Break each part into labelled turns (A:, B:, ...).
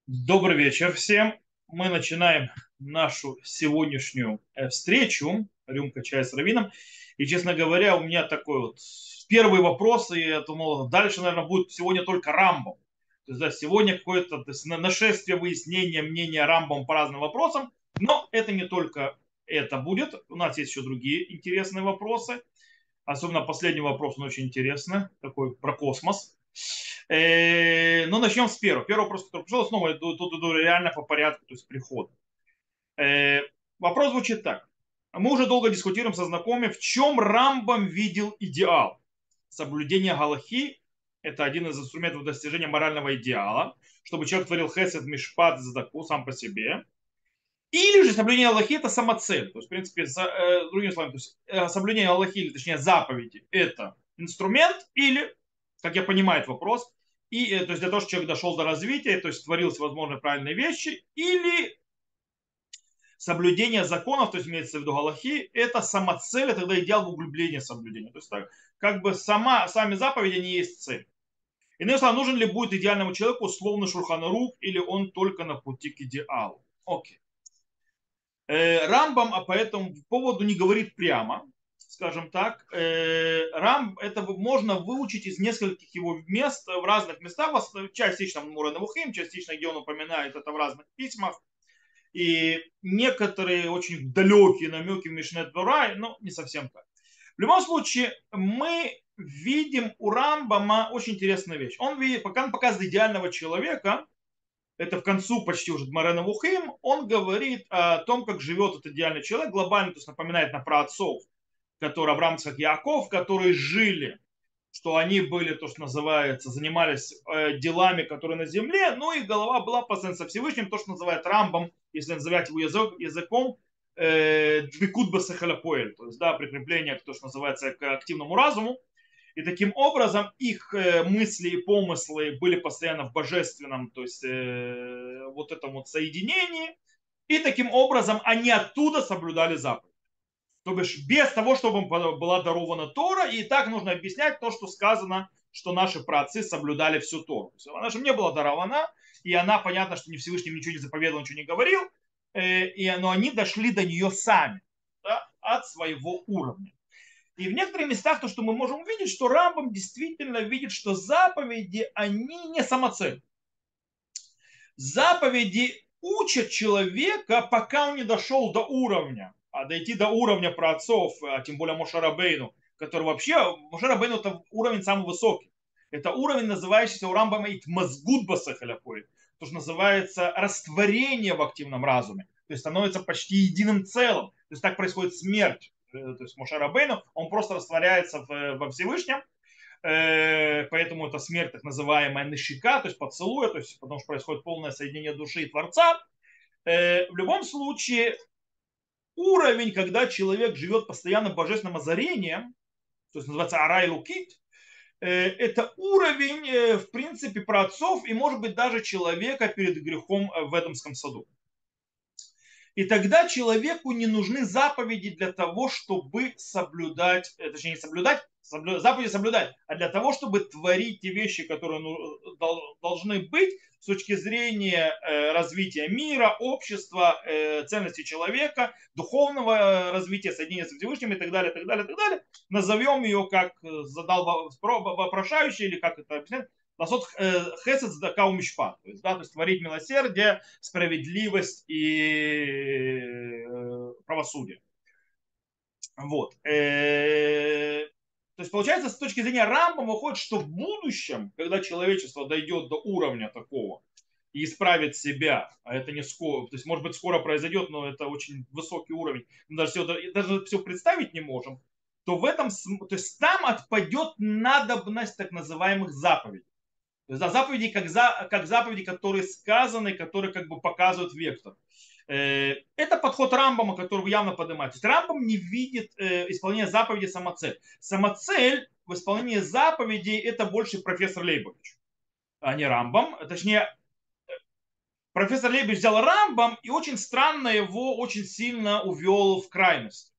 A: Добрый вечер всем. Мы начинаем нашу сегодняшнюю встречу «Рюмка чая с раввином». И, честно говоря, у меня такой вот первый вопрос, и я думал, дальше, наверное, будет сегодня только Рамбом. То есть, да, сегодня какое-то то есть, нашествие выяснения мнения Рамбом по разным вопросам, но это не только это будет. У нас есть еще другие интересные вопросы. Особенно последний вопрос, он очень интересный, такой про космос. Но начнем с первого. Первый вопрос, который пришел, снова тут иду реально по порядку, то есть прихода. Э, Вопрос звучит так. Мы уже долго дискутируем со знакомыми, в чем Рамбам видел идеал. Соблюдение Галахи– это один из инструментов достижения морального идеала, чтобы человек творил хесед, мишпат, задаку сам по себе. Или же соблюдение Аллахи– это самоцель. То есть, в принципе, другими словами, то есть, соблюдение Аллахи, или точнее заповеди– это инструмент, или, как я понимаю этот вопрос, то есть для того, чтобы человек дошел до развития, то есть творил всевозможные правильные вещи, или соблюдение законов, то есть имеется в виду Галахи, это самоцель, это тогда идеал в углублении соблюдения. То есть так, как бы сами заповеди не есть цель. Иными словами, нужен ли будет идеальному человеку условный шурханарух, или он только на пути к идеалу. Окей. Рамбам по этому поводу не говорит прямо, скажем так. Это можно выучить из нескольких его мест в разных местах, частично в Мурен Мухим, частично, где он упоминает это в разных письмах. И некоторые очень далекие намеки в Мишнет Торah, но не совсем так. В любом случае, мы видим у Рамбама очень интересную вещь. Пока он показывает идеального человека, это в концу почти уже Дмарена Вухим, он говорит о том, как живет этот идеальный человек, глобально, то есть напоминает на праотцов, которые Авраам, Ицхак, Яков, которые жили, что они были, то, что называется, занимались делами, которые на земле, ну и голова была постоянно со Всевышним, то, что называют Рамбом, если называть его языком, двикут басахалапоэль, то есть, да, прикрепление, то, что называется, к активному разуму, и таким образом их мысли и помыслы были постоянно в божественном, то есть вот этом вот соединении. И таким образом они оттуда соблюдали заповедь. То бишь без того, чтобы им была дарована Тора, и так нужно объяснять то, что сказано, что наши праотцы соблюдали всю Тору. То есть она же не была дарована, и она, понятно, что ни Всевышний ничего не заповедовал, ничего не говорил, но они дошли до нее сами, да, от своего уровня. И в некоторых местах то, что мы можем увидеть, что Рамбам действительно видит, что заповеди, они не самоцель. Заповеди учат человека, пока он не дошел до уровня. А дойти до уровня праотцов, а тем более Мошарабейну, который вообще, Мошарабейну это уровень самый высокий. Это уровень, называющийся у Рамбама Мазгуд Басахаляпоид. То, что называется растворение в активном разуме. То есть становится почти единым целым. То есть так происходит смерть. То есть Мошарабейну, он просто растворяется во Всевышнем, поэтому это смерть так называемая нышика, то есть поцелуя, то есть потому что происходит полное соединение души и Творца. В любом случае, уровень, когда человек живет постоянно божественным озарением, то есть называется арай лукит, это уровень, в принципе, праотцов и, может быть, даже человека перед грехом в Эдемском саду. И тогда человеку не нужны заповеди для того, чтобы соблюдать, точнее не соблюдать, заповеди соблюдать, а для того, чтобы творить те вещи, которые должны быть с точки зрения развития мира, общества, ценностей человека, духовного развития, соединения с Всевышним и так далее, так далее, так далее. Назовем ее, как задал вопрошающий, или как это объяснять, ласот хесед сдака мишпат, то есть, да, то есть творить милосердие, справедливость и правосудие. Вот. То есть получается, с точки зрения Рамбама выходит, что в будущем, когда человечество дойдет до уровня такого и исправит себя, а это не скоро, то есть может быть скоро произойдет, но это очень высокий уровень, мы даже все представить не можем, то в этом, то есть там отпадет надобность так называемых заповедей. То есть, да, заповеди как заповеди, которые сказаны, которые как бы показывают вектор. Это подход Рамбама, который явно поднимает. То есть Рамбам не видит исполнение заповеди самоцель. Самоцель в исполнении заповедей это больше профессор Лейбович, а не Рамбам. Точнее, профессор Лейбович взял Рамбам и очень странно его очень сильно увел в крайность.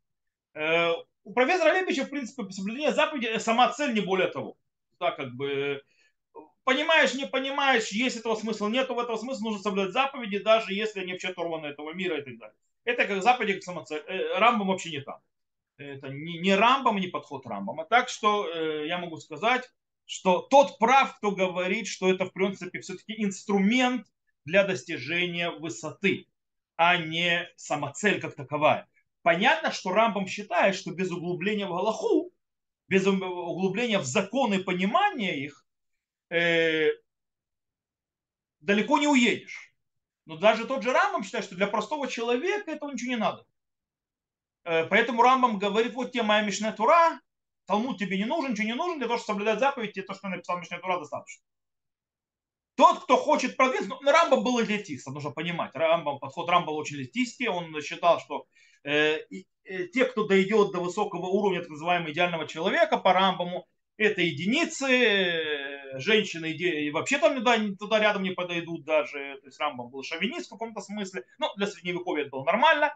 A: У профессора Лейбовича, в принципе, соблюдение заповеди сама цель, не более того. Да, как бы понимаешь, не понимаешь, есть этого смысла, нету в этого смысла, нужно соблюдать заповеди, даже если они вообще оторваны от этого мира и так далее. Это как заповеди, как самоцель. Рамбам вообще не там. Это не Рамбам, не подход Рамбама. Так что я могу сказать, что тот прав, кто говорит, что это в принципе все-таки инструмент для достижения высоты, а не самоцель как таковая. Понятно, что Рамбам считает, что без углубления в Галаху, без углубления в законы понимания их, э, далеко не уедешь. Но даже тот же Рамбам считает, что для простого человека этого ничего не надо. Поэтому Рамбам говорит, вот тебе моя Мишне Тура, Талмуд тебе не нужен, ничего не нужен, для того, чтобы соблюдать заповедь, тебе то, что написал Мишне Тура, достаточно. Тот, кто хочет продвинуться, ну, Рамбам был элитистом, нужно понимать. Подход Рамбама очень элитистский, он считал, что те, кто дойдет до высокого уровня, так называемого идеального человека по Рамбаму, это единицы, женщины и вообще там туда рядом не подойдут даже. То есть Рамбам был шовинист в каком-то смысле. Ну, для средневековья это было нормально.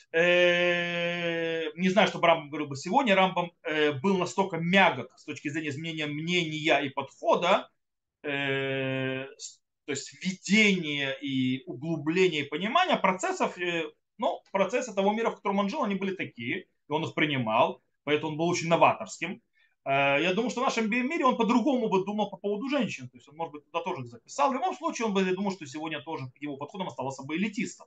A: Не знаю, что Рамбам говорил бы сегодня. Рамбам был настолько мягок с точки зрения изменения мнения и подхода, то есть введение и углубление и понимание процессов, ну, процессы того мира, в котором он жил, они были такие, и он их принимал, поэтому он был очень новаторским. Я думаю, что в нашем мире он по-другому бы думал по поводу женщин, то есть он, может быть, туда тоже их записал. В любом случае, он бы, я думаю, что сегодня тоже его подходом оставался бы элитистом.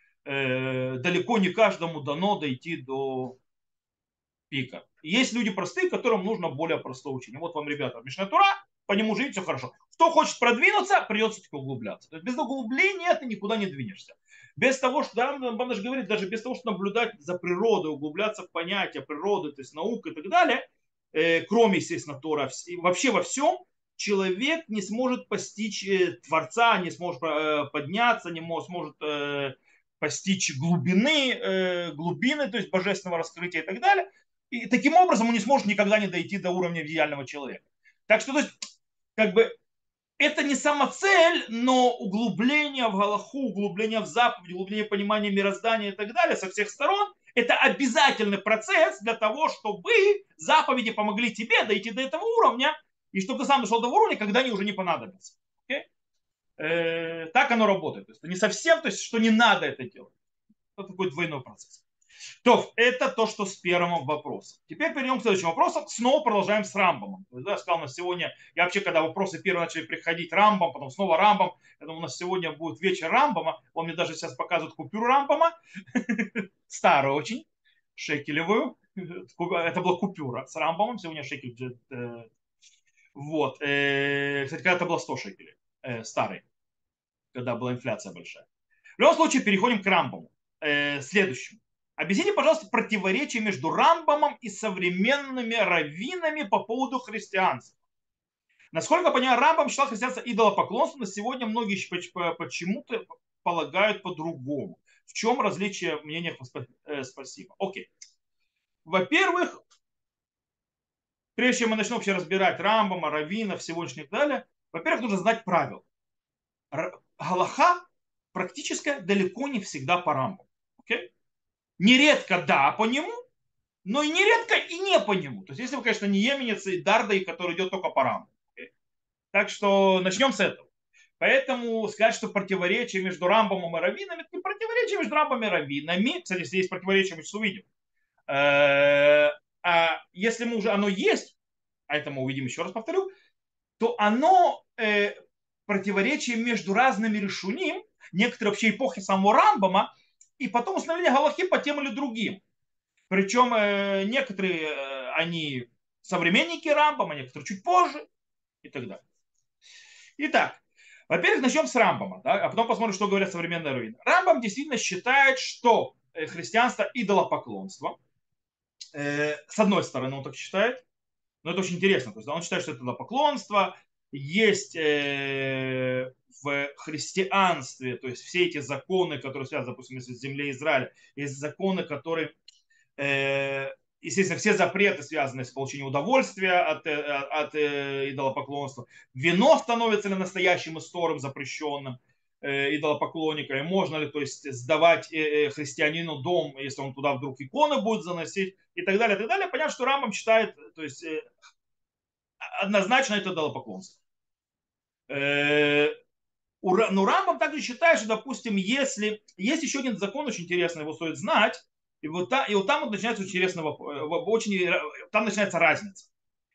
A: Далеко не каждому дано дойти до пика. Есть люди простые, которым нужно более простое учение. Вот вам, ребята, Мишна Тура, по нему жить, все хорошо. Кто хочет продвинуться, придется таки углубляться. То есть без углубления ты никуда не двинешься. Без того, что, да, Бандаж говорит, даже без того, что наблюдать за природой, углубляться в понятия природы, то есть наук и так далее, кроме, естественно, Тора, вообще во всем, человек не сможет постичь Творца, не сможет подняться, не сможет постичь глубины, то есть божественного раскрытия и так далее. И таким образом он не сможет никогда не дойти до уровня идеального человека. Так что, то есть, как бы, это не самоцель, но углубление в Галаху, углубление в заповедь, углубление понимания мироздания и так далее со всех сторон, это обязательный процесс для того, чтобы заповеди помогли тебе дойти до этого уровня, и чтобы ты сам дошел до уровня, когда они уже не понадобятся. Okay? Так оно работает. То есть, не совсем, то есть, что не надо это делать. Это такой двойной процесс. То, это то, что с первым вопросом. Теперь перейдем к следующему вопросу. Снова продолжаем с Рамбамом. Да, я сказал, у нас сегодня, я вообще, когда вопросы первые начали приходить, Рамбам, потом снова Рамбам, я думаю, у нас сегодня будет вечер Рамбама. Он мне даже сейчас показывает купюру Рамбама, старую очень, шекелевую. Это была купюра с Рамбамом, сегодня шекель. Вот. Кстати, когда это было 100 шекелей, старый, когда была инфляция большая. В любом случае, переходим к Рамбаму. Следующему. Объясните, пожалуйста, противоречие между Рамбамом и современными раввинами по поводу христианства. Насколько я понимаю, Рамбам считал христианство идолопоклонством, но сегодня многие почему-то полагают по-другому. В чем различие мнения? Спасибо. Окей. Во-первых, прежде чем мы начнем вообще разбирать Рамбама, раввинов, сегодняшних и так далее, во-первых, нужно знать правила. Галаха практически далеко не всегда по Рамбаму. Окей? Нередко да по нему, но и нередко и не по нему. То есть, если вы, конечно, не еменец и дардой, который идет только по раму. Так что начнем с этого. Поэтому сказать, что противоречие между Рамбамом и Раввинами, это не противоречие между Рамбами и Раввинами. Кстати, если есть противоречие, мы сейчас увидим. А если мы уже оно есть, а это мы увидим еще раз повторю, то оно противоречие между разными решуним, некоторые вообще эпохи самого Рамбама, и потом установление Галахи по тем или другим. Причем некоторые они современники Рамбама, некоторые чуть позже и так далее. Итак, во-первых, начнем с Рамбама, да, а потом посмотрим, что говорят современные раввины. Рамбам действительно считает, что христианство идолопоклонство. С одной стороны, он так считает, но это очень интересно. То есть, он считает, что это идолопоклонство. Есть в христианстве, то есть все эти законы, которые связаны, допустим, с землей Израиля, есть законы, которые естественно, все запреты связаны с получением удовольствия от идолопоклонства. Вино становится ли настоящим истором запрещенным идолопоклонника, и можно ли, то есть, сдавать христианину дом, если он туда вдруг иконы будет заносить, и так далее, и так далее. Понятно, что Рамбам считает, то есть, однозначно это идолопоклонство. Э, Но Рамбам также считает, что, допустим, если есть еще один закон очень интересный, его стоит знать, и вот там вот начинается очень интересный очень, там начинается разница.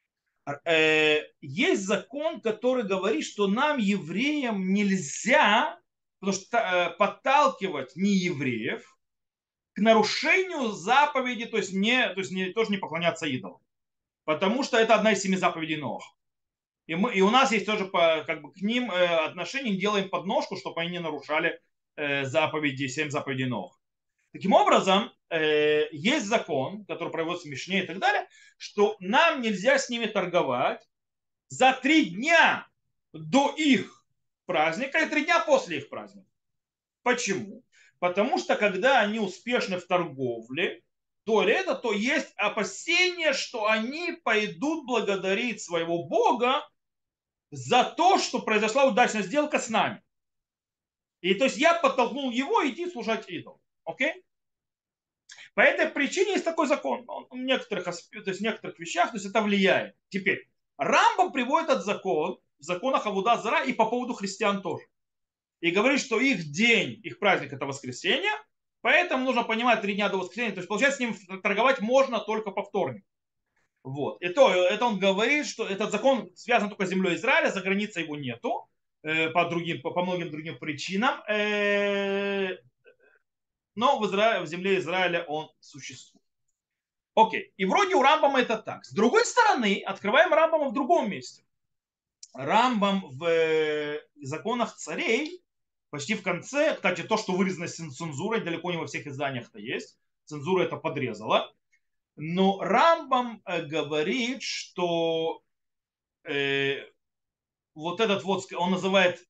A: Есть закон, который говорит, что нам, евреям, нельзя потому что, подталкивать неевреев к нарушению заповеди, тоже не поклоняться идолам. Потому что это одна из 7 заповедей Ноаха. И у нас есть тоже как бы, к ним отношение, делаем подножку, чтобы они не нарушали 7 заповедей Ноаха. Таким образом, есть закон, который проводится в Мишне и так далее, что нам нельзя с ними торговать за 3 дня до их праздника и 3 дня после их праздника. Почему? Потому что когда они успешны в торговле, то есть опасение, что они пойдут благодарить своего Бога за то, что произошла удачная сделка с нами. И то есть я подтолкнул его идти служить идолу. Окей? По этой причине есть такой закон. Он в некоторых вещах, то есть это влияет. Теперь, Рамбам приводит этот закон в законах Авуда Зара и по поводу христиан тоже. И говорит, что их день, их праздник это воскресенье, поэтому нужно понимать 3 дня до воскресенья. То есть, получается, с ним торговать можно только по вторнику. Вот. И то, это он говорит, что этот закон связан только с землей Израиля, за границей его нету по многим другим причинам. Но в земле Израиля он существует. Окей. И вроде у Рамбама это так. С другой стороны, открываем Рамбама в другом месте. Рамбам в законах царей, почти в конце, кстати, то, что вырезано цензурой, далеко не во всех изданиях-то есть. Цензура это подрезала. Но Рамбам говорит, что вот этот вот, он называет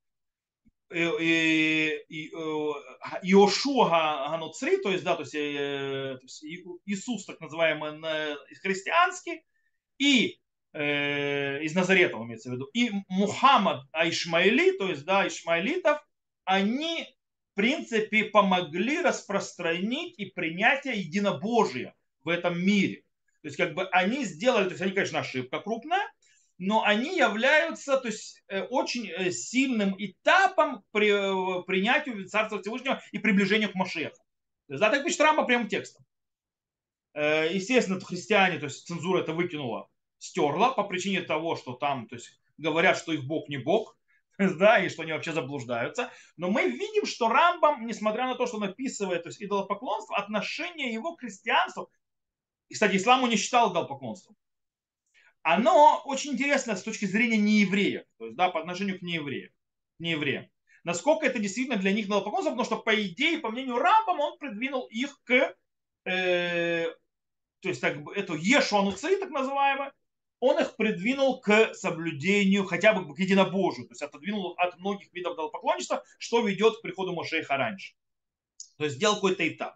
A: Иошуа Ганоцри, то есть, да, то есть Иисус, так называемый христианский, и из Назарета, имеется в виду, и Мухаммад Ишмаили, то есть, да, ишмаилитов, они, в принципе, помогли распространить и принятие единобожия в этом мире. То есть, как бы они сделали, то есть, они, конечно, ошибка крупная, но они являются то есть, очень сильным этапом при принятию Царства Всевышнего и приближению к Машеху. То есть, да, так пишет Рамба прямым текстом. Естественно, христиане, то есть цензура это выкинула, стерла по причине того, что там то есть, говорят, что их Бог не Бог, да, и что они вообще заблуждаются. Но мы видим, что Рамбам, несмотря на то, что он описывает то есть, идолопоклонство, отношение его к христианству, и, кстати, исламу не считал идолопоклонством, оно очень интересно с точки зрения неевреев, то есть, да, по отношению к неевреям. Насколько это действительно для них идолопоклонство, потому что, по идее, по мнению Рамбама, он придвинул их к то есть так, эту Ешу Ануцри, так называемую, он их придвинул к соблюдению, хотя бы к единобожию, то есть отодвинул от многих видов идолопоклонничества, что ведет к приходу Мошеха раньше. То есть сделал какой-то этап.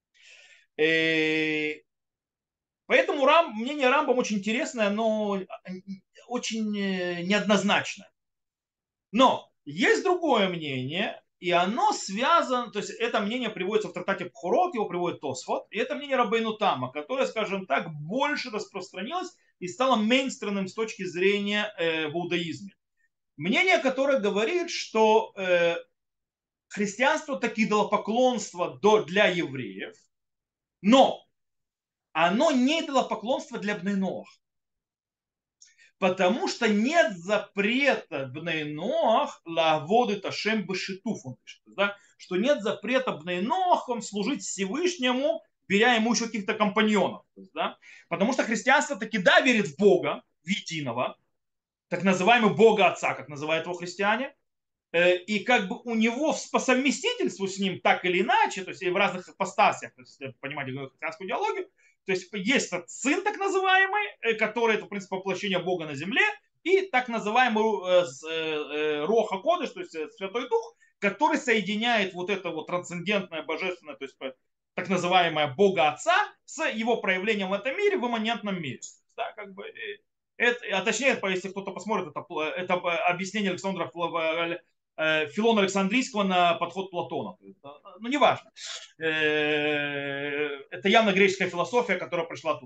A: Поэтому мнение Рамбам очень интересное, но очень неоднозначное. Но есть другое мнение, и оно связано, то есть это мнение приводится в трактате Пхурот, его приводит Тосфот, и это мнение Рабейну Тама, которое, скажем так, больше распространилось и стало мейнстримным с точки зрения в иудаизме. Мнение, которое говорит, что христианство таки дало поклонство для евреев, но оно не дало поклонство для Бней-Ноах. Потому что нет запрета Бней-Ноах лаводы ташем башитуф, он пишет, да? Что нет запрета Бней-Ноахам служить Всевышнему, беря ему еще каких-то компаньонов. То есть, да? Потому что христианство таки да верит в Бога, в единого, так называемый Бога Отца, как называют его христиане, и как бы у него по совместительству с ним так или иначе, то есть и в разных ипостасях, то есть понимаете христианскую идеологию, то есть этот сын так называемый, который это в принципе воплощение Бога на земле, и так называемый Роха Кодыш, то есть Святой Дух, который соединяет вот это вот трансцендентное, божественное, то есть так называемое Бога Отца с его проявлением в этом мире, в имманентном мире. Да, как бы, а точнее, если кто-то посмотрит, это объяснение Александра Филона Александрийского на подход Платона. Ну, неважно. Это явно греческая философия, которая пришла оттуда. В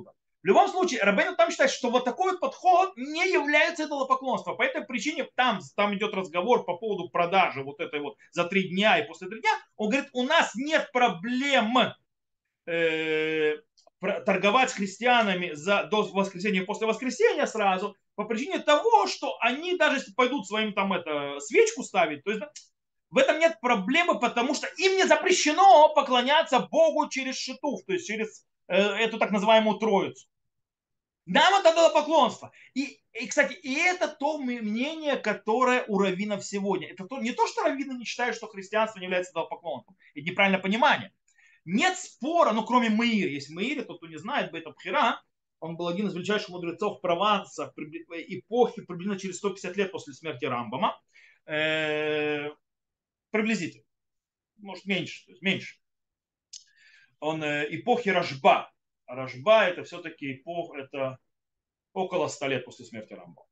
A: любом случае, Рабейну там считает, что вот такой вот подход не является идолопоклонством. По этой причине там идет разговор по поводу продажи вот этой вот за 3 дня и после 3 дня. Он говорит, у нас нет проблем э, торговать с христианами до воскресенья и после воскресенья сразу, по причине того, что они даже если пойдут своим там свечку ставить, то есть в этом нет проблемы, потому что им не запрещено поклоняться Богу через шитуф, то есть через эту так называемую троицу. Нам это было поклонство. Кстати, и это то мнение, которое у раввинов сегодня. Это не то, что раввины не считают, что христианство не является идолопоклонством. Это неправильное понимание. Нет спора, ну кроме Маири. Есть Маири, тот, кто не знает, Бейт Абхира, он был один из величайших мудрецов Прованса эпохи приблизительно через 150 лет после смерти Рамбама. Приблизительно. Может меньше, то есть меньше. Он эпохи Рашба. Рашба это все-таки эпоха, это около 100 лет после смерти Рамбама.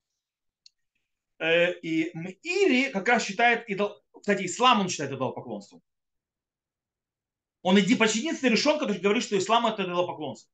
A: И Мири как раз считает, кстати, ислам он считает идолопоклонством. Он почти единственный решен, который говорит, что ислам это идолопоклонство.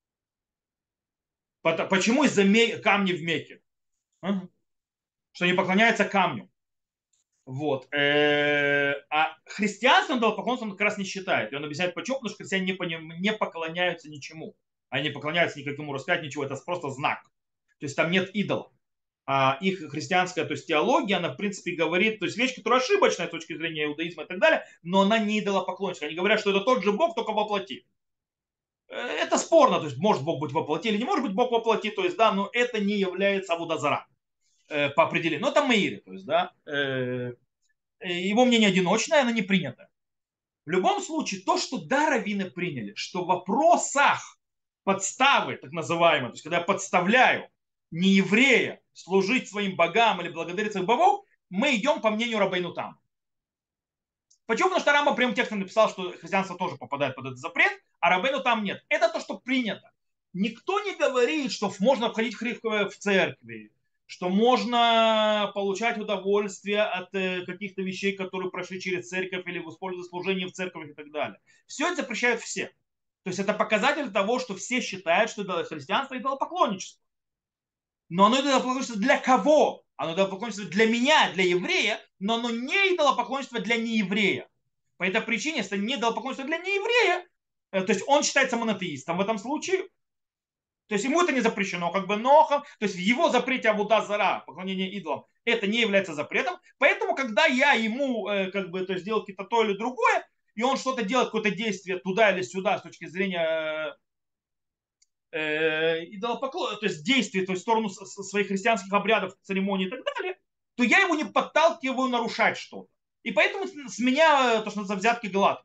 A: Почему из-за камней в Мекке? Что они поклоняются камню. Вот. А христианство идолопоклонство он как раз не считает. И он объясняет, почему, потому что христиане не поклоняются ничему. Они не поклоняются никакому распятию, ничего. Это просто знак. То есть там нет идола. А их христианская, то есть теология, она в принципе говорит, то есть вещь, которая ошибочная с точки зрения иудаизма и так далее, но она не идолопоклонничество. Они говорят, что это тот же Бог, только воплоти. Это спорно, то есть может Бог быть воплоти или не может быть Бог воплоти, то есть да, но это не является авудазара по определению. Но это Меири, то есть да, его мнение одиночное, оно не принято. В любом случае, то, что да, раввины приняли, что в вопросах подставы, так называемой, то есть когда я подставляю не еврея служить своим богам или благодарить своих богов, мы идем по мнению Рабейну Там. Почему? Потому что Рамбам прямым текстом написал, что христианство тоже попадает под этот запрет, а Рабейну Там нет. Это то, что принято. Никто не говорит, что можно входить в церкви, что можно получать удовольствие от каких-то вещей, которые прошли через церковь или использовать служение в церкви и так далее. Все это запрещают все. То есть это показатель того, что все считают, что христианство идолопоклонничество. Но оно идолопоклонничество для кого? Оно идолопоклонничество для меня, для еврея, но оно не идолопоклонничество для нееврея. По этой причине, если не идолопоклонничество для нееврея, то есть он считается монотеистом в этом случае, то есть ему это не запрещено, как бы нохом, то есть в его запрете Абуда Зара, поклонение идолам, это не является запретом. Поэтому, когда я ему как бы то есть, делал какие-то то или другое, и он что-то делает, какое-то действие туда или сюда с точки зрения идолопоклонства, то есть действий, то есть в сторону своих христианских обрядов, церемоний и так далее, то я его не подталкиваю нарушать что-то. И поэтому с меня то, что называется взятки гладкие.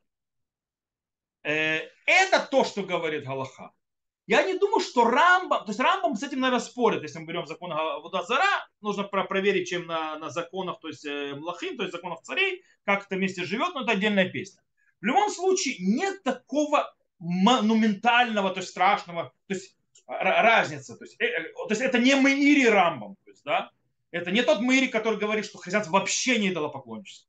A: Это то, что говорит Галаха. Я не думаю, что Рамбам, то есть Рамбам с этим, наверное, спорит, если мы берем закон Авода Зара, нужно проверить, чем на законах, то есть Млахим, то есть законах царей, как это вместе живет, но это отдельная песня. В любом случае нет такого монументального, то есть страшного, то есть разницы. То есть это не Меири Рамбам, то есть, да? Это не тот Меири, который говорит, что христианство вообще не идолопоклонничество.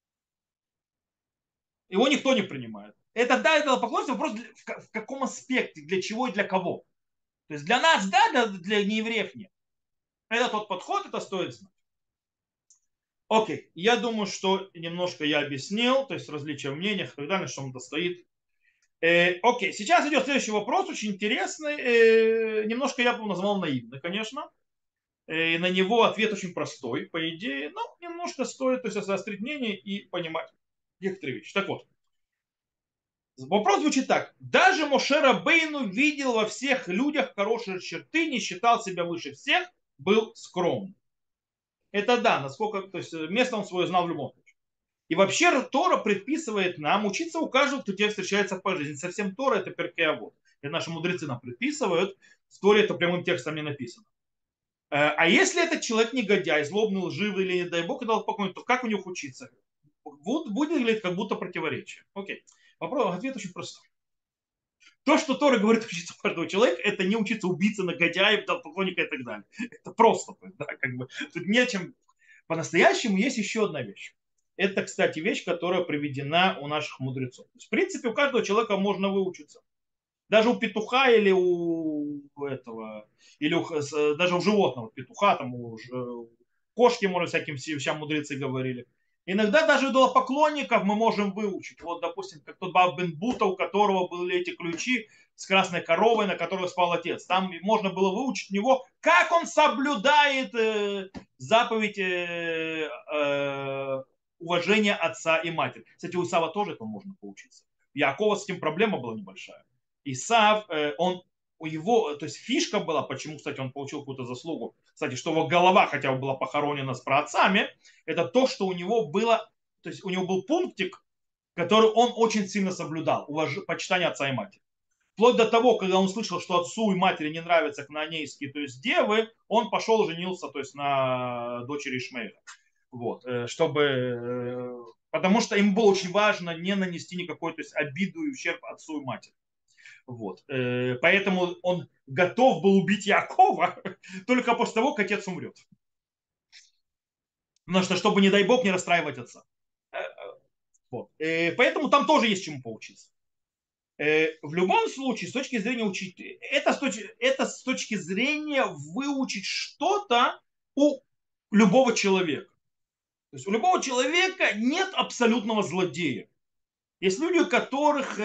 A: Его никто не принимает. Это да, идолопоклонство, вопрос в каком аспекте, для чего и для кого. То есть для нас да, для неевреев нет. Это тот подход, это стоит знать. Окей, я думаю, что немножко я объяснил, то есть различия в мнениях и так далее, что он стоит. Окей, сейчас идет следующий вопрос, очень интересный. Немножко я бы назвал наивный, конечно. На него ответ очень простой, по идее, но немножко стоит то есть, заострить мнение и понимать некоторые вещи. Так вот, вопрос звучит так. Даже Моше Рабейну видел во всех людях хорошие черты, не считал себя выше всех, был скромным. Это да, насколько, то есть место он свое знал в любом случае. И вообще Тора предписывает нам учиться у каждого, кто тебе встречается по жизни. Совсем Тора это перкеавод. Это наши мудрецы нам предписывают. В Торе это прямым текстом не написано. А если этот человек негодяй, злобный, лживый или, не дай бог, идолопоклонник, то как у него учиться? Будет выглядеть как будто противоречие. Окей. Вопрос, ответ очень простой. То, что Тора говорит учиться у каждого человека, это не учиться убийце, негодяев, поклонника и так далее. Это просто. Да, как бы, тут не о чем. По-настоящему есть еще одна вещь. Это, кстати, вещь, которая приведена у наших мудрецов. То есть, в принципе, у каждого человека можно выучиться. Даже у петуха или у этого, или даже у животного петуха, там у кошки, может, всяким вещам мудрецы говорили. Иногда даже идолопоклонников мы можем выучить. Вот, допустим, как тот Баб бен Бута, у которого были эти ключи с красной коровой, на которой спал отец. Там можно было выучить у него, как он соблюдает заповедь уважения отца и матери. Кстати, у Исава тоже этому можно поучиться. У Якова с этим проблема была небольшая. Исав, он у его, то есть фишка была, почему, кстати, он получил какую-то заслугу, кстати, что его голова хотя бы была похоронена с праотцами, это то, что у него было, то есть у него был пунктик, который он очень сильно соблюдал, почитание отца и матери. Вплоть до того, когда он слышал, что отцу и матери не нравятся кнаанейские, то есть девы, он пошел и женился, то есть на дочери Ишмаэля. Вот, чтобы, потому что им было очень важно не нанести никакой, то есть обиду и ущерб отцу и матери. Вот. Поэтому он готов был убить Якова только после того, как отец умрет. Потому что, чтобы, не дай бог, не расстраивать отца. Вот. Поэтому там тоже есть чему поучиться. В любом случае, с точки зрения учить, это с точки зрения выучить что-то у любого человека. То есть у любого человека нет абсолютного злодея. Есть люди, у которых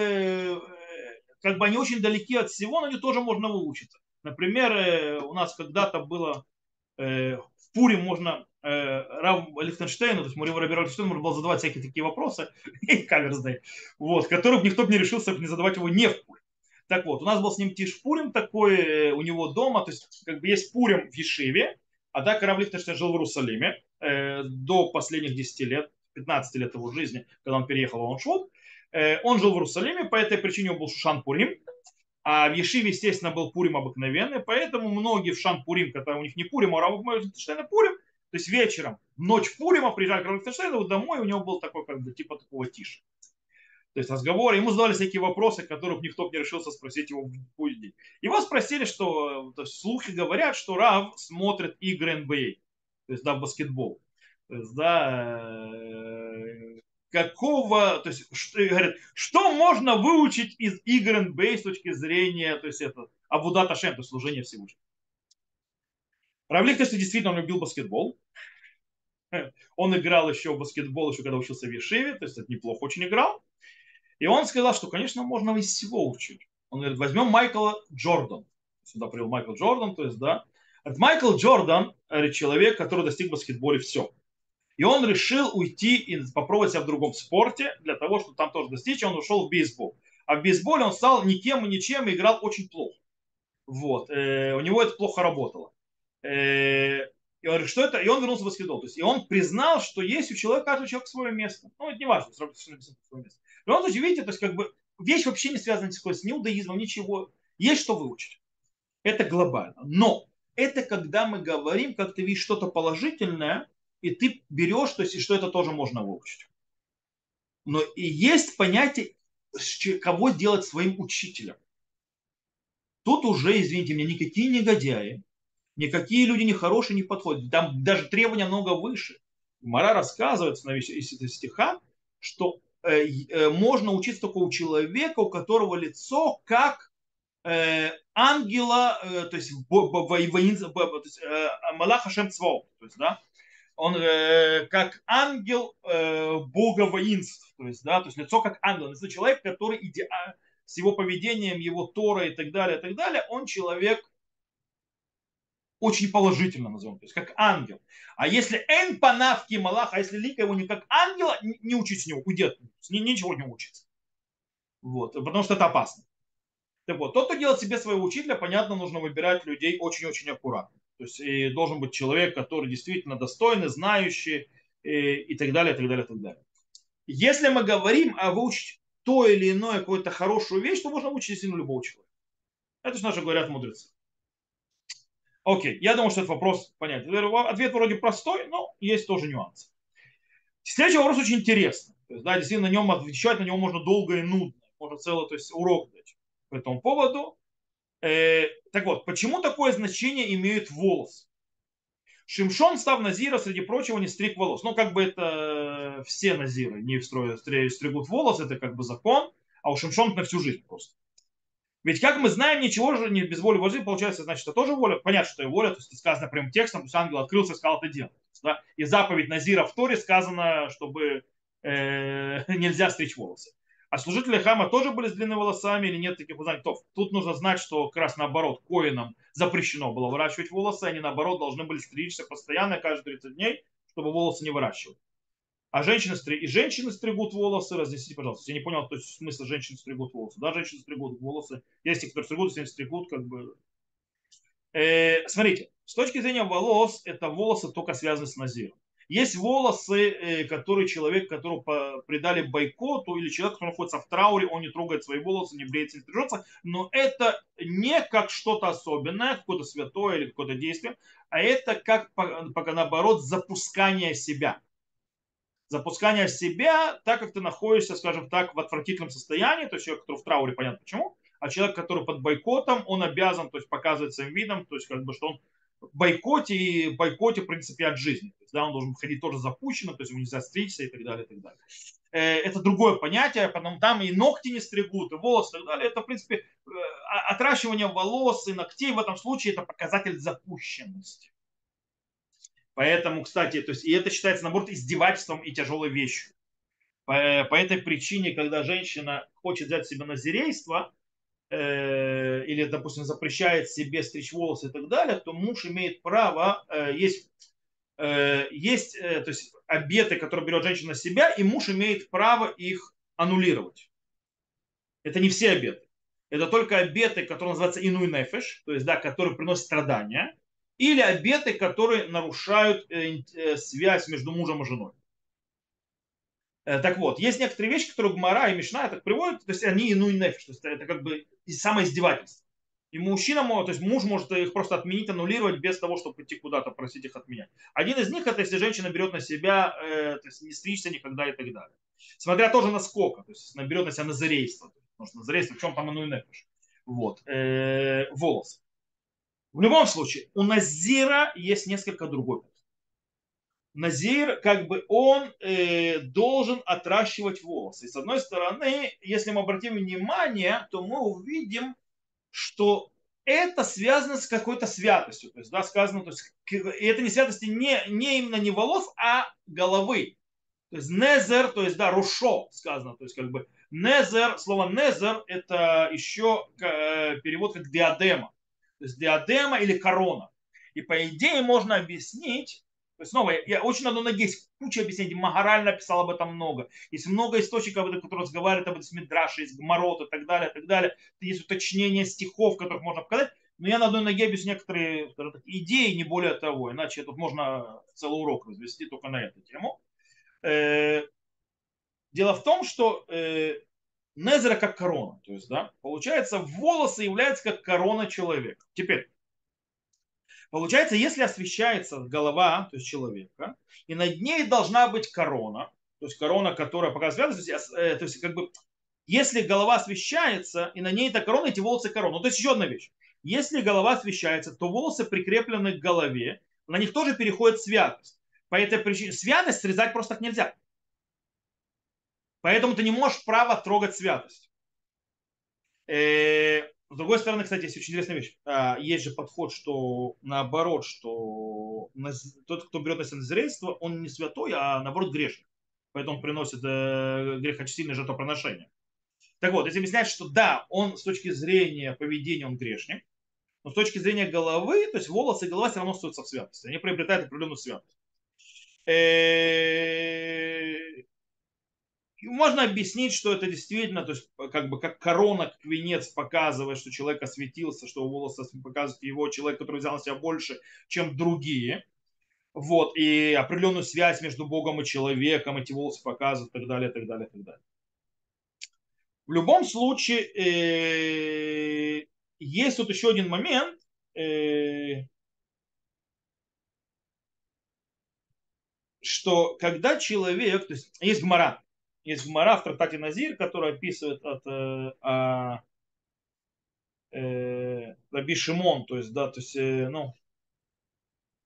A: как бы они очень далеки от всего, но они тоже можно выучиться. Например, у нас когда-то было в Пуре можно Рав Лихтенштейну, то есть Мурим Раби Лихтенштейну можно было задавать всякие такие вопросы, каверзные, вот, которых никто бы не решился не задавать его не в Пуре. Так вот, у нас был с ним Тиш Пурим такой, у него дома, то есть как бы есть Пурим в Ешиве, а так Рав Лихтенштейн жил в Иерусалиме до последних 10 лет, 15 лет его жизни, когда он переехал в Оншвуд. Он жил в Иерусалиме, по этой причине он был Шушан Пурим, а в Ешиве, естественно, был Пурим обыкновенный, поэтому многие в Шан Пурим, когда у них не Пурим, а Рав Лихтенштейна Пурим, то есть вечером, ночь Пурима, приезжали к Раву Лихтенштейну домой, у него был такой, как бы, типа такого тиша. То есть разговор, ему задали всякие вопросы, которых никто не решился спросить его в будний день. Его спросили, что то есть, слухи говорят, что Рав смотрит игры НБА, то есть, да, баскетбол. То есть, да, какого, то есть, говорят, что можно выучить из игр НБА с точки зрения, то есть, это, Абудат Ашем, то есть, служение Всевышнему. Равлик, кстати, действительно он любил баскетбол. Он играл еще в баскетбол, еще когда учился в Ешиве, то есть это неплохо очень играл. И он сказал, что, конечно, можно из всего учить. Он говорит, возьмем Майкла Джордан. Сюда привел Майкл Джордан, то есть, да. Майкл Джордан, человек, который достиг в баскетболе все. И он решил уйти и попробовать себя в другом спорте, для того, чтобы там тоже достичь. Он ушел в бейсбол. А в бейсболе он стал никем и ничем и играл очень плохо. Вот. У него это плохо работало. И он говорит, что это? И он вернулся в баскетбол. То есть, и он признал, что есть у человека, каждый человек свое место. Ну, это не важно, свое место. В любом случае, видите, то есть, как бы, вещь вообще не связана с иудаизмом, ничего. Есть что выучить. Это глобально. Но это когда мы говорим, как ты видишь что-то положительное, и ты берешь, то есть, и что это тоже можно выучить. Но и есть понятие, кого делать своим учителем. Тут уже, извините меня, никакие негодяи, никакие люди нехорошие не подходят. Там даже требования много выше. Мара рассказывает из этого стиха, что можно учиться только у человека, у которого лицо как ангела, то есть Малах Хашем Цваот, то есть, да, он как ангел бога воинств, то есть, да, то есть лицо как ангел, это человек, который с его поведением, его Торой и так далее, он человек очень положительно назовем, то есть как ангел. А если эн панавки малах, а если лика его не как ангела, не учись с него, уйди, ничего не учится. Вот, потому что это опасно. Так вот, тот, кто делает себе своего учителя, понятно, нужно выбирать людей очень-очень аккуратно. То есть и должен быть человек, который действительно достойный, знающий и так далее, и так далее, и так далее. Если мы говорим о выучить то или иное, какую-то хорошую вещь, то можно выучить действительно любого человека. Это же наши говорят мудрецы. Окей, я думаю, что этот вопрос понятен. Ответ вроде простой, но есть тоже нюансы. Следующий вопрос очень интересный. То есть, да, действительно, на нем отвечать на него можно долго и нудно. Можно целый, то есть, урок дать по этому поводу. Так вот, почему такое значение имеют волосы? Шимшон, став назира, среди прочего, не стриг волос. Ну, как бы это все назиры не стригут волосы, это как бы закон, а у Шимшон на всю жизнь просто. Ведь, как мы знаем, ничего же не без воли Божьей, получается, значит, это тоже воля. Понятно, что и воля, то есть сказано прямым текстом, то есть ангел открылся и сказал это делать. Да? И заповедь Назира в Торе сказано, чтобы нельзя стричь волосы. А служители храма тоже были с длинными волосами или нет таких знаний? Тут нужно знать, что как раз наоборот, коинам запрещено было выращивать волосы, они наоборот должны были стричься постоянно, каждые 30 дней, чтобы волосы не выращивать. А женщины стригут волосы, разъясните, пожалуйста. Я не понял, то есть смысл женщины стригут волосы. Да, женщины стригут волосы. Есть те, которые стригут, если не стригут, как бы. Смотрите, с точки зрения волос, это волосы только связаны с назиром. Есть волосы, которые человек, которого придали бойкоту, или человек, который находится в трауре, он не трогает свои волосы, не бреется, не стрижется, но это не как что-то особенное, какое-то святое или какое-то действие, а это как, пока наоборот, запускание себя. Запускание себя, так как ты находишься, скажем так, в отвратительном состоянии, то есть человек, который в трауре, понятно почему, а человек, который под бойкотом, он обязан, то есть показывать своим видом, то есть как бы, что он в бойкоте и бойкоте, в принципе, от жизни. То есть, да, он должен ходить тоже запущенным, то есть ему нельзя стричься и так далее, и так далее. Это другое понятие, потом там и ногти не стригут, и волосы и так далее. Это, в принципе, отращивание волос и ногтей в этом случае это показатель запущенности. Поэтому, кстати, то есть, и это считается, наоборот, издевательством и тяжелой вещью. По этой причине, когда женщина хочет взять себе назирейство, или, допустим, запрещает себе стричь волосы и так далее, то муж имеет право, то есть обеты, которые берет женщина на себя, и муж имеет право их аннулировать. Это не все обеты. Это только обеты, которые называются инуй нефеш, то есть, да, которые приносят страдания, или обеты, которые нарушают связь между мужем и женой. Так вот, есть некоторые вещи, которые Гмара и Мишна так приводят, то есть они инуй нефиш, то есть это как бы самоиздевательство. И мужчина может, то есть муж может их просто отменить, аннулировать без того, чтобы идти куда-то просить их отменять. Один из них это если женщина берет на себя, то есть не стричься никогда и так далее. Смотря тоже на сколько, то есть она берет на себя назарейство. Потому что назарейство в чем там инуй нефиш. Вот. Волос. В любом случае, у назира есть несколько другой. Назир, как бы он должен отращивать волосы. И с одной стороны, если мы обратим внимание, то мы увидим, что это связано с какой-то святостью. То есть, да, сказано, то есть, и это не святости не именно не волос, а головы. То есть незер, то есть, да, рушо сказано. То есть, как бы незер, слово незер, это еще перевод как диадема. То есть диадема или корона. И по идее можно объяснить, то есть снова, я очень давно есть куча объяснений, Магараль написал об этом много. Есть много источников, которые разговаривают об этом с Мидрашей, из Гмарот и так далее, и так далее. Есть уточнение стихов, которых можно показать. Но я на одной ноге объясню некоторые идеи, не более того. Иначе тут можно целый урок развести только на эту тему. Дело в том, что Незера как корона. То есть, да, получается, волосы являются как корона человека. Теперь, получается, если освещается голова, то есть человека, и над ней должна быть корона, то есть корона, которая показывает, то есть как бы, если голова освещается, и на ней эта корона, эти волосы корона. Ну, то есть еще одна вещь. Если голова освещается, то волосы прикреплены к голове, на них тоже переходит святость. По этой причине святость срезать просто так нельзя. Поэтому ты не можешь право трогать святость. С другой стороны, кстати, есть очень интересная вещь. Есть же подход, что наоборот, что тот, кто берет на себя назирейство, он не святой, а наоборот грешник. Поэтому он приносит грехочистительное жертвоприношение. Так вот, если объяснять, что да, он с точки зрения поведения он грешник, но с точки зрения головы, то есть волосы и голова все равно остаются в святости. Они приобретают определенную святость. Можно объяснить, что это действительно, то есть как бы как корона, как венец показывает, что человек осветился, что волосы показывают его, человек, который взял на себя больше, чем другие. Вот, и определенную связь между Богом и человеком эти волосы показывают, и так далее, и так далее, и так далее. В любом случае, есть тут еще один момент, что когда человек, то есть Гмара, есть Гмара в трактате Назир, который описывает Раби Шимон, то есть, да, то есть, ну,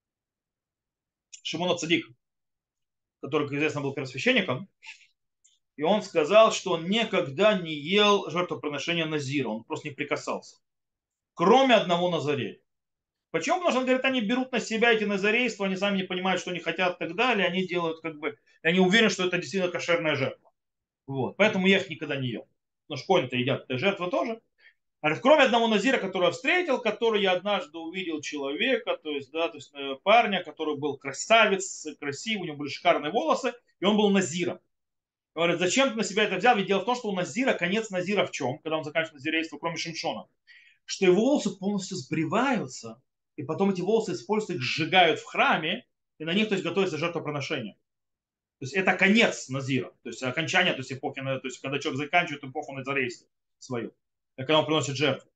A: Шимон Цадик, который, как известно, был первосвященником, И он сказал, что он никогда не ел жертвоприношения назира, он просто не прикасался. Кроме одного назарея. Почему? Потому что он говорит, они берут на себя эти назарейства, они сами не понимают, что они хотят и так далее, они делают как бы, и они уверены, что это действительно кошерная жертва. Вот. Поэтому я их никогда не ел. Но школьники едят этой жертвы тоже. А кроме одного назира, которого я встретил, который я однажды увидел человека, то есть, да, то есть парня, который был красавец, красивый, у него были шикарные волосы, и он был назиром. Говорит, зачем ты на себя это взял? Ведь дело в том, что у назира, конец назира в чем, когда он заканчивает назирейство, кроме шимшона, что его волосы полностью сбриваются, и потом эти волосы используются, их сжигают в храме, и на них, то есть, готовится жертвоприношение. То есть это конец назира, то есть окончание, то есть эпохи, то есть когда человек заканчивает эпоху назирейства свою, когда он приносит жертву.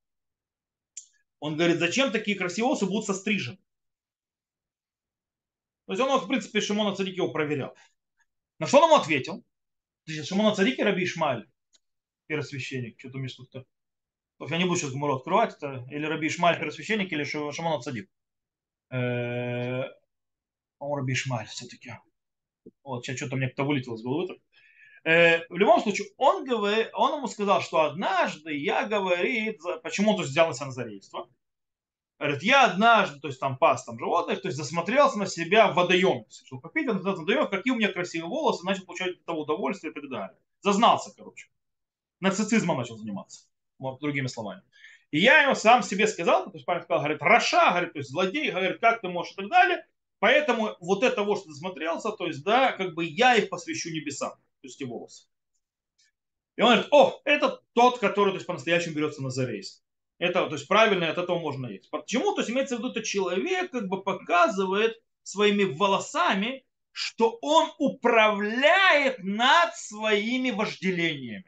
A: Он говорит, зачем такие красивые волосы будут сострижены? То есть он, в принципе, Шимона Цадик его проверял. На что он ему ответил? Шимона Цадик и Раби Ишмаэль, первосвященник, что-то мне что-то. Я не буду сейчас Гмуру открывать, это или Раби Ишмаэль, первосвященник, или Шимона Цадик. По-моему, Раби Ишмаэль все-таки. Вот, сейчас что-то мне кто вылетело из головы. В любом случае, он ему сказал, что однажды я, говорит, почему он то есть, взял на себя назарейство. Говорит, я однажды, то есть там пас там животных, то есть засмотрелся на себя в водоеме. Решил попить, он в водоеме, какие у меня красивые волосы, начал получать от того удовольствие и так далее. Зазнался, короче. Нарциссизмом начал заниматься, вот, другими словами. И я ему сам себе сказал, то есть парень сказал, говорит, Раша, говорит, то есть злодей, говорит, как ты можешь и так далее. Поэтому вот это вот, что ты засмотрелся, то есть, да, как бы я их посвящу небесам, то есть эти волосы. И он говорит, о, это тот, который то есть, по-настоящему берется на зарейс. Это, то есть правильно, от этого можно есть. Почему? То есть имеется в виду, что человек как бы показывает своими волосами, что он управляет над своими вожделениями.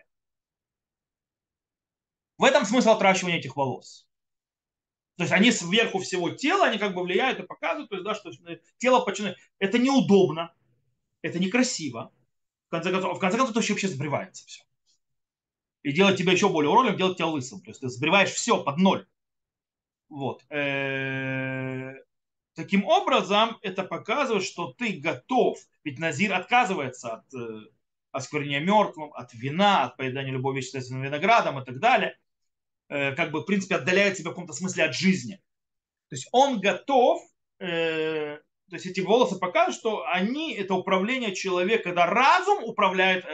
A: В этом смысл отращивания этих волос. То есть они сверху всего тела, они как бы влияют и показывают, то есть, да, что тело починает. Это неудобно, это некрасиво. В конце концов, это вообще сбривается все. И делать тебя еще более уродливым, делать тебя лысым. То есть ты сбриваешь все под ноль. Вот. Таким образом, это показывает, что ты готов. Ведь Назир отказывается от осквернения мертвым, от вина, от поедания любого вещественным виноградом и так далее. Как бы, в принципе, отдаляет себя в каком-то смысле от жизни. То есть он готов, то есть эти волосы показывают, что они, это управление человека, когда разум управляет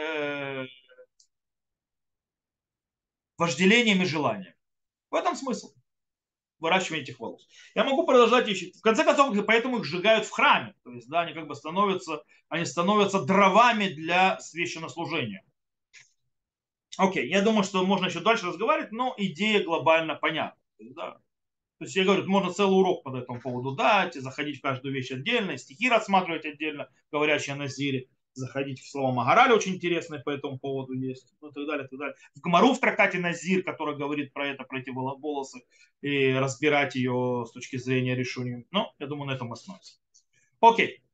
A: вожделением и желанием. В этом смысл выращивания этих волос. Я могу продолжать еще. В конце концов, поэтому их сжигают в храме. То есть, да, они как бы становятся дровами для священнослужения. Окей, я думаю, что можно еще дальше разговаривать, но идея глобально понятна. То есть, да. То есть я говорю, можно целый урок по этому поводу дать, заходить в каждую вещь отдельно, стихи рассматривать отдельно, говорящие о Назире, заходить в слово Магараля, очень интересное по этому поводу есть, ну, и так далее, и так далее. В Гмару в трактате Назир, который говорит про это, про эти волосы, и разбирать ее с точки зрения решения. Но я думаю, на этом остановимся. Окей.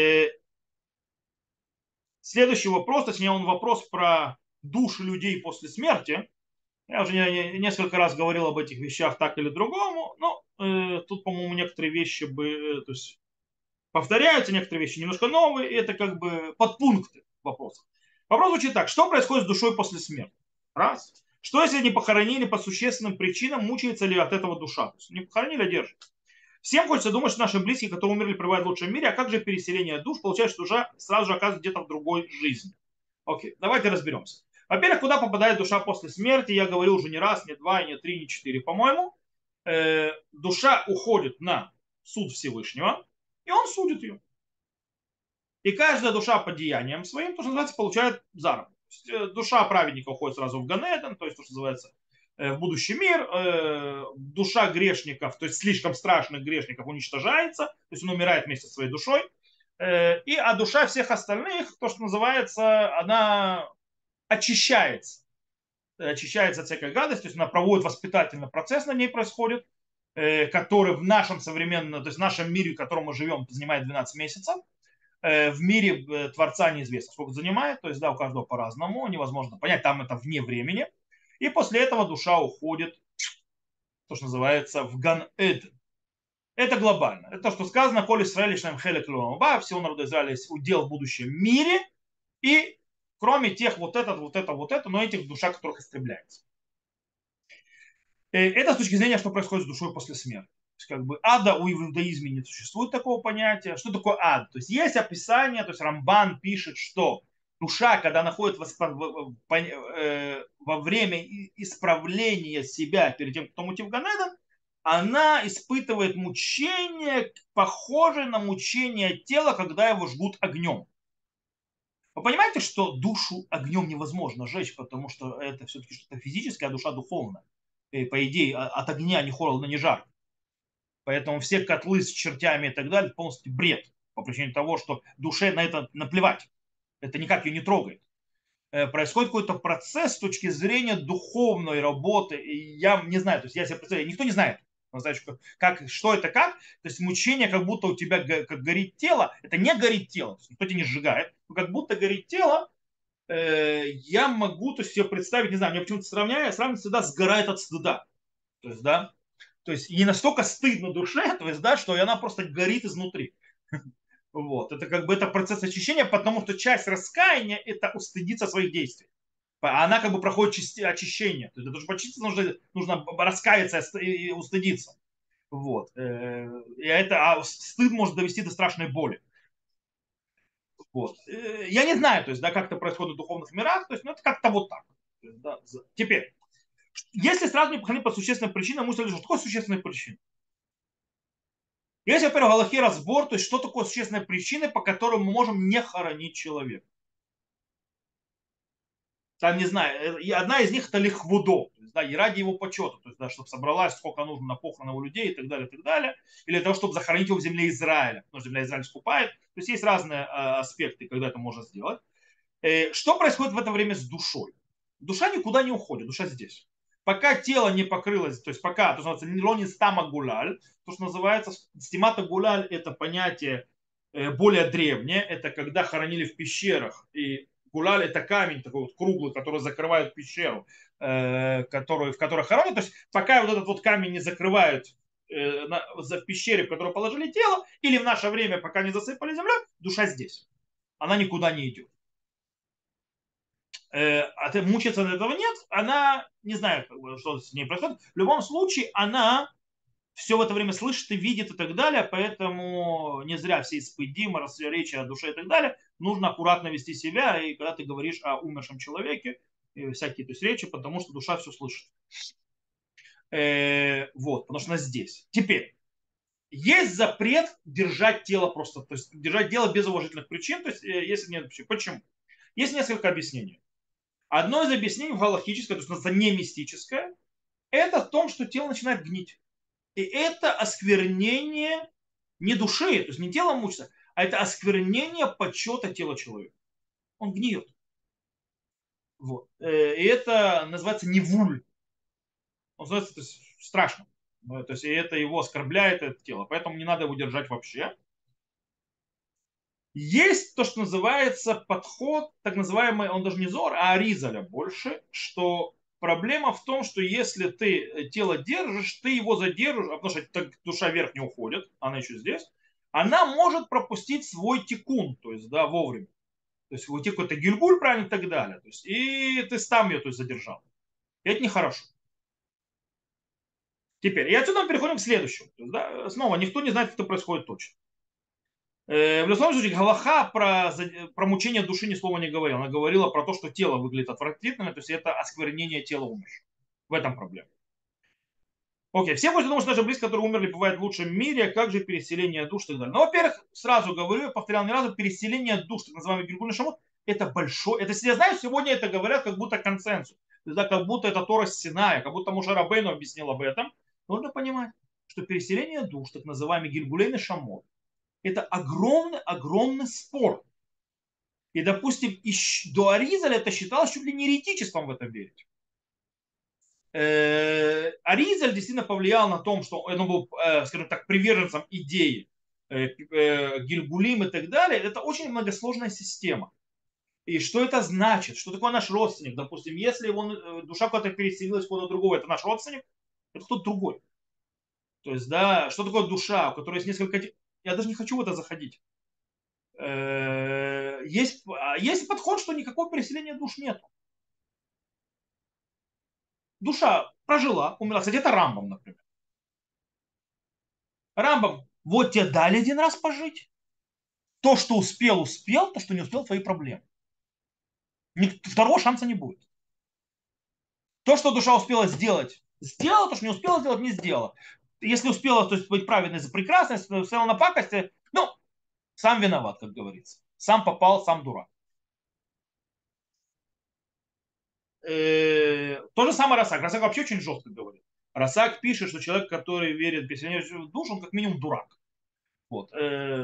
A: Следующий вопрос, точнее, он вопрос про души людей после смерти. Я уже несколько раз говорил об этих вещах так или другому, но тут, по-моему, некоторые вещи то есть, повторяются, некоторые вещи немножко новые, и это как бы подпункты вопроса. Вопрос звучит так. Что происходит с душой после смерти? Раз. Что, если не похоронили по существенным причинам, мучается ли от этого душа? То есть, не похоронили, а держит. Всем хочется думать, что наши близкие, которые умерли, пребывают в лучшем мире, а как же переселение душ? Получается, что душа сразу же оказывается где-то в другой жизни. Окей, давайте разберемся. Во-первых, куда попадает душа после смерти, я говорил уже не раз, не два, не три, не четыре, по-моему. Душа уходит на суд Всевышнего, и он судит ее. И каждая душа по деяниям своим, то, что называется, получает заработок. Душа праведника уходит сразу в Ганеден, то есть, то, что называется, в будущий мир. Душа грешников, то есть слишком страшных грешников, уничтожается, то есть он умирает вместе со своей душой. А душа всех остальных, то, что называется, она очищается. Очищается от всякой гадости, то есть она проводит воспитательный процесс, на ней происходит, который в нашем современном, то есть в нашем мире, в котором мы живем, занимает 12 месяцев. В мире Творца неизвестно, сколько занимает, то есть, да, у каждого по-разному, невозможно понять, там это вне времени. И после этого душа уходит, то, что называется, в Ган-Эден. Это глобально. Это то, что сказано, «Коль Исраэль шлем хелек леома», всего народа Израиля есть удел в будущем мире, и Кроме тех вот этот, вот это, вот это, но этих душа, которых истребляется. Это с точки зрения, что происходит с душой после смерти. То есть, как бы ада у иудаизме не существует такого понятия. Что такое ад? То есть есть описание, то есть Рамбан пишет, что душа, когда находит во время исправления себя перед тем, кто мутив Ганедан, она испытывает мучение, похожее на мучение тела, когда его жгут огнем. Вы понимаете, что душу огнем невозможно сжечь, потому что это все-таки что-то физическое, а душа духовная. И, по идее, от огня не холодно, не жарко. Поэтому все котлы с чертями и так далее полностью бред. По причине того, что душе на это наплевать. Это никак ее не трогает. Происходит какой-то процесс с точки зрения духовной работы. И я не знаю, то есть я себе представляю, никто не знает, как, что это как. То есть мучение, как будто у тебя как горит тело. Это не горит тело, то есть никто тебя не сжигает, но как будто горит тело. Я могу то есть, себе представить, не знаю, мне почему-то сравнивать всегда сгорает от стыда. То есть, да, то есть ей настолько стыдно душе, то есть, да, что она просто горит изнутри. Вот. Это как бы это процесс очищения, потому что часть раскаяния это устыдиться своих действий. А она как бы проходит очищение. То есть для того, чтобы очиститься, нужно раскаяться и устыдиться. Вот. И это, стыд может довести до страшной боли. Вот. Я не знаю, то есть, да, как это происходит в духовных мирах, то есть, ну, это как-то вот так. То есть, да. Теперь, если сразу не походить по существенным причинам, мы сказали, что такое существенная причина. Есть, во-первых, в Галахе разбор, то есть что такое существенные причины, по которым мы можем не хоронить человека. Там, не знаю, и одна из них это лихвудо, то есть, да, и ради его почета, то есть, да, чтобы собралась сколько нужно на похороны у людей и так далее, и так далее, или для того, чтобы захоронить его в земле Израиля, потому что земля Израиля скупает. То есть есть разные аспекты, когда это можно сделать. Что происходит в это время с душой? Душа никуда не уходит, душа здесь. Пока тело не покрылось, то есть пока, то, что называется, лони стама гуляль, то, что называется, стимата гуляль, это понятие более древнее, это когда хоронили в пещерах, и гуляль это камень такой вот круглый, который закрывает пещеру, в которой хоронят, то есть пока вот этот вот камень не закрывают в пещере, в которую положили тело, или в наше время, пока не засыпали землей, душа здесь, она никуда не идет. А ты мучиться от этого нет, она не знает, что с ней происходит. В любом случае, она все в это время слышит и видит и так далее, поэтому не зря все испыдимы, речи о душе и так далее, нужно аккуратно вести себя, и когда ты говоришь о умершем человеке, и всякие то есть, речи, потому что душа все слышит. Вот, потому что она здесь. Теперь, есть запрет держать тело просто, то есть держать тело без уважительных причин, то есть если нет, почему? Есть несколько объяснений. Одно из объяснений галахическое, то есть не мистическое, это в том, что тело начинает гнить. И это осквернение не души, то есть не тело мучится, а это осквернение почета тела человека. Он гниет. Вот. И это называется невуль. Он называется то есть, страшно. Ну, то есть, и это его оскорбляет, это тело. Поэтому не надо его держать вообще. Есть то, что называется подход, так называемый, он даже не зор, а аризаля больше, что проблема в том, что если ты тело держишь, ты его задержишь, а потому что душа вверх не уходит, она еще здесь, она может пропустить свой тикун, то есть, да, вовремя. То есть, уйти какой-то гильгуль, правильно, и так далее. То есть, и ты сам ее то есть, задержал. И это нехорошо. Теперь, и отсюда мы переходим к следующему. То есть, да, снова, никто не знает, что происходит точно. В любом случае, Галаха про мучение души ни слова не говорила. Она говорила про то, что тело выглядит отвратительно, то есть это осквернение тела умершего. В этом проблема. Окей, все будут думать, что даже близко, которые умерли, бывает в лучшем мире, а как же переселение душ и так далее. Но, во-первых, сразу говорю, повторял не разу, переселение душ, так называемый Гильгуль Шамот, это большое, это, я знаю, сегодня это говорят как будто консенсус, да, как будто это Тора Синая, как будто Моше Рабейну объяснил об этом. Нужно понимать, что переселение душ, так называемый Гильгулейный Шамот, это огромный спор. И, допустим, до Аризаля это считалось чуть ли не еретичеством в это верить. Аризаль действительно повлиял на том, что он был, скажем так, приверженцем идеи Гильгулим и так далее. Это очень многосложная система. И что это значит? Что такое наш родственник? Допустим, если его душа куда-то переселилась куда-то другого, это наш родственник, это кто-то другой. То есть, да, что такое душа, у которой есть несколько... Я даже не хочу в это заходить. Есть подход, что никакого переселения душ нет. Душа прожила, умерла. Кстати, это Рамбам, например. Рамбам, вот тебе дали один раз пожить. То, что успел, успел, то, что не успел, твои проблемы. Второго шанса не будет. То, что душа успела сделать, сделала, то, что не успела сделать, не сделала. Если успела, то есть быть праведной за прекрасность, успела на пакости, ну, сам виноват, как говорится. Сам попал, сам дурак. То же самое Расак. Расак вообще очень жестко говорит. Расак пишет, что человек, который верит в переселение в душу, он как минимум дурак. Вот.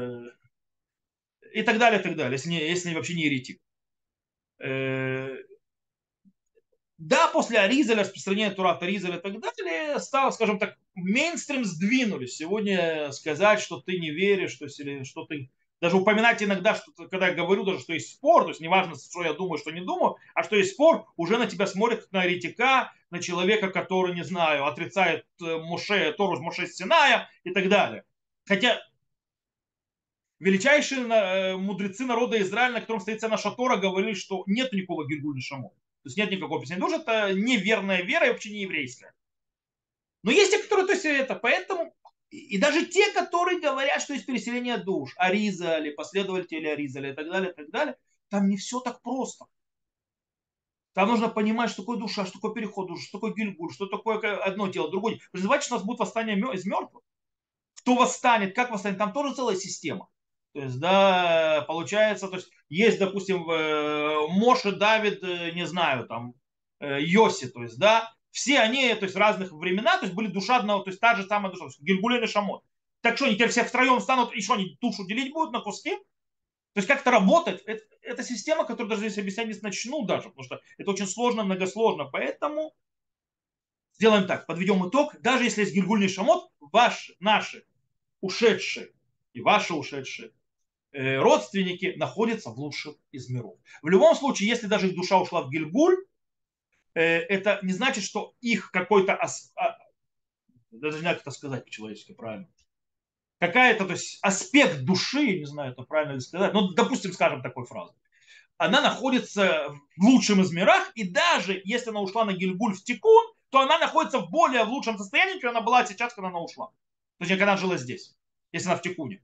A: И так далее, если вообще не еретик. Э, Да, после Аризаля, распространения Турата Аризаля и так далее, стало, скажем так, мейнстрим сдвинулись. Сегодня сказать, что ты не веришь, или что ты... Даже упоминать иногда, что когда я говорю даже, что есть спор, то есть неважно, что я думаю, что не думаю, а что есть спор, уже на тебя смотрят как на еретика, на человека, который, не знаю, отрицает Моше, Тору Моше Синая и так далее. Хотя величайшие мудрецы народа Израиля, на котором стоит наша Тора, говорили, что нет никакого Гильгуль Шамо. То есть нет никакого писания душ, это неверная вера и вообще не еврейская. Но есть те, которые, то есть это, поэтому, и даже те, которые говорят, что есть переселение душ, Аризали, последователи Аризали и так далее, там не все так просто. Там нужно понимать, что такое душа, что такое переход души, что такое гильгуль, что такое одно тело, другое. Вы знаете, что у нас будет восстание из мертвых? Кто восстанет, как восстанет, там тоже целая система. То есть, да, получается, то есть, допустим, Моше, Давид, не знаю, там, Йоси, то есть, да, все они, то есть, в разных времена, то есть, были душа одного, то есть, та же самая душа, Гильгулен и Шамот. Так что, они теперь все втроем станут, и что, они душу делить будут на куски? То есть, как это работает? Это система, которую даже здесь объяснять не начну даже, потому что это очень сложно, многосложно. Поэтому сделаем так, подведем итог. Даже если есть Гильгуль и Шамот, наши ушедшие и ваши ушедшие родственники находятся в лучших из миров. В любом случае, если даже их душа ушла в Гильгуль, это не значит, что их какой-то, даже не знаю, как это сказать по-человечески правильно, какая-то, то есть аспект души, я не знаю, это правильно ли сказать, но, допустим, скажем такой фразой, она находится в лучшем из мирах, и даже если она ушла на Гильгуль в Тикун, то она находится в более в лучшем состоянии, чем она была сейчас, когда она ушла. Точнее, когда она жила здесь, если она в Тикуне.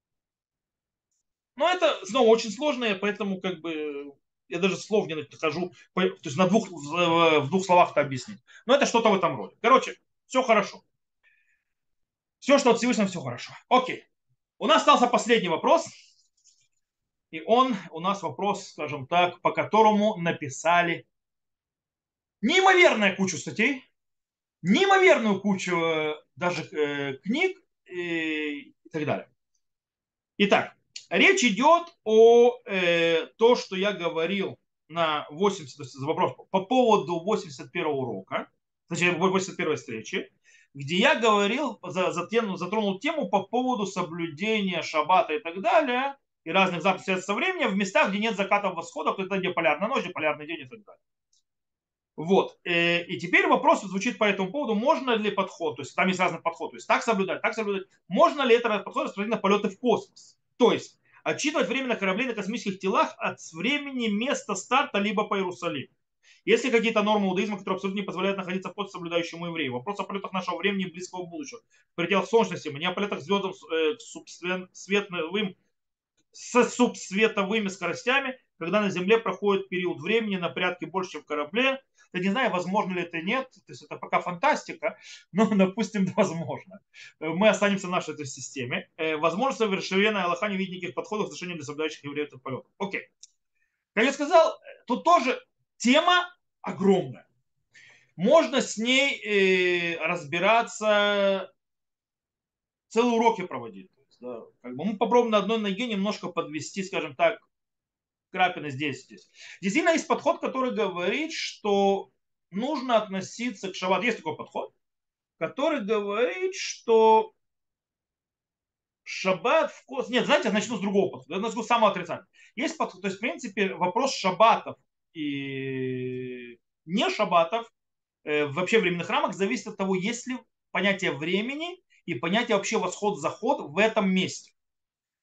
A: Но это снова очень сложно, поэтому как бы я даже слов не нахожу, то есть в двух словах это объяснить. Но это что-то в этом роде. Короче, все хорошо. Все, что от Всевышнего, все хорошо. Окей. У нас остался последний вопрос. И он у нас вопрос, скажем так, по которому написали неимоверную кучу статей, неимоверную кучу даже книг и так далее. Итак, речь идет о то, что я говорил на 80, то есть вопрос по поводу 81 урока, значит, 81 встречи, где я говорил, затронул тему по поводу соблюдения шаббата и так далее, и разных заповедей со временем в местах, где нет закатов восходов, это где полярная ночь, где полярный день и так далее. Вот. И теперь вопрос звучит по этому поводу, можно ли подход, то есть там есть разный подход, то есть так соблюдать, можно ли это подход распространить на полеты в космос? То есть отчитывать время на корабле на космических телах от времени места старта либо по Иерусалиму. Есть ли какие-то нормы иудаизма, которые абсолютно не позволяют находиться под соблюдающему еврею? Вопрос о полетах нашего времени и близкого будущего. В пределах Солнечной системы, не о полетах звездам с субсветовыми скоростями, когда на Земле проходит период времени на порядке больше, чем в корабле. Я не знаю, возможно ли это нет, то есть это пока фантастика, но, допустим, возможно. Мы останемся в нашей этой системе. Возможно, совершенная Аллаха не видит никаких подходов к отношению для соблюдающих евреев от полетов. Окей. Как я сказал, тут тоже тема огромная. Можно с ней разбираться, целые уроки проводить. То есть, да, как бы мы попробуем на одной ноге немножко подвести, скажем так, крапины здесь. Действительно есть подход, который говорит, что нужно относиться к шаббату. Есть такой подход, который говорит, что шаббат в космос... Нет, знаете, я начну с другого подхода. Я начну с самого отрицательного. Есть подход, то есть, в принципе, вопрос шаббатов и не шаббатов вообще временных рамок зависит от того, есть ли понятие времени и понятие вообще восход-заход в этом месте. То есть,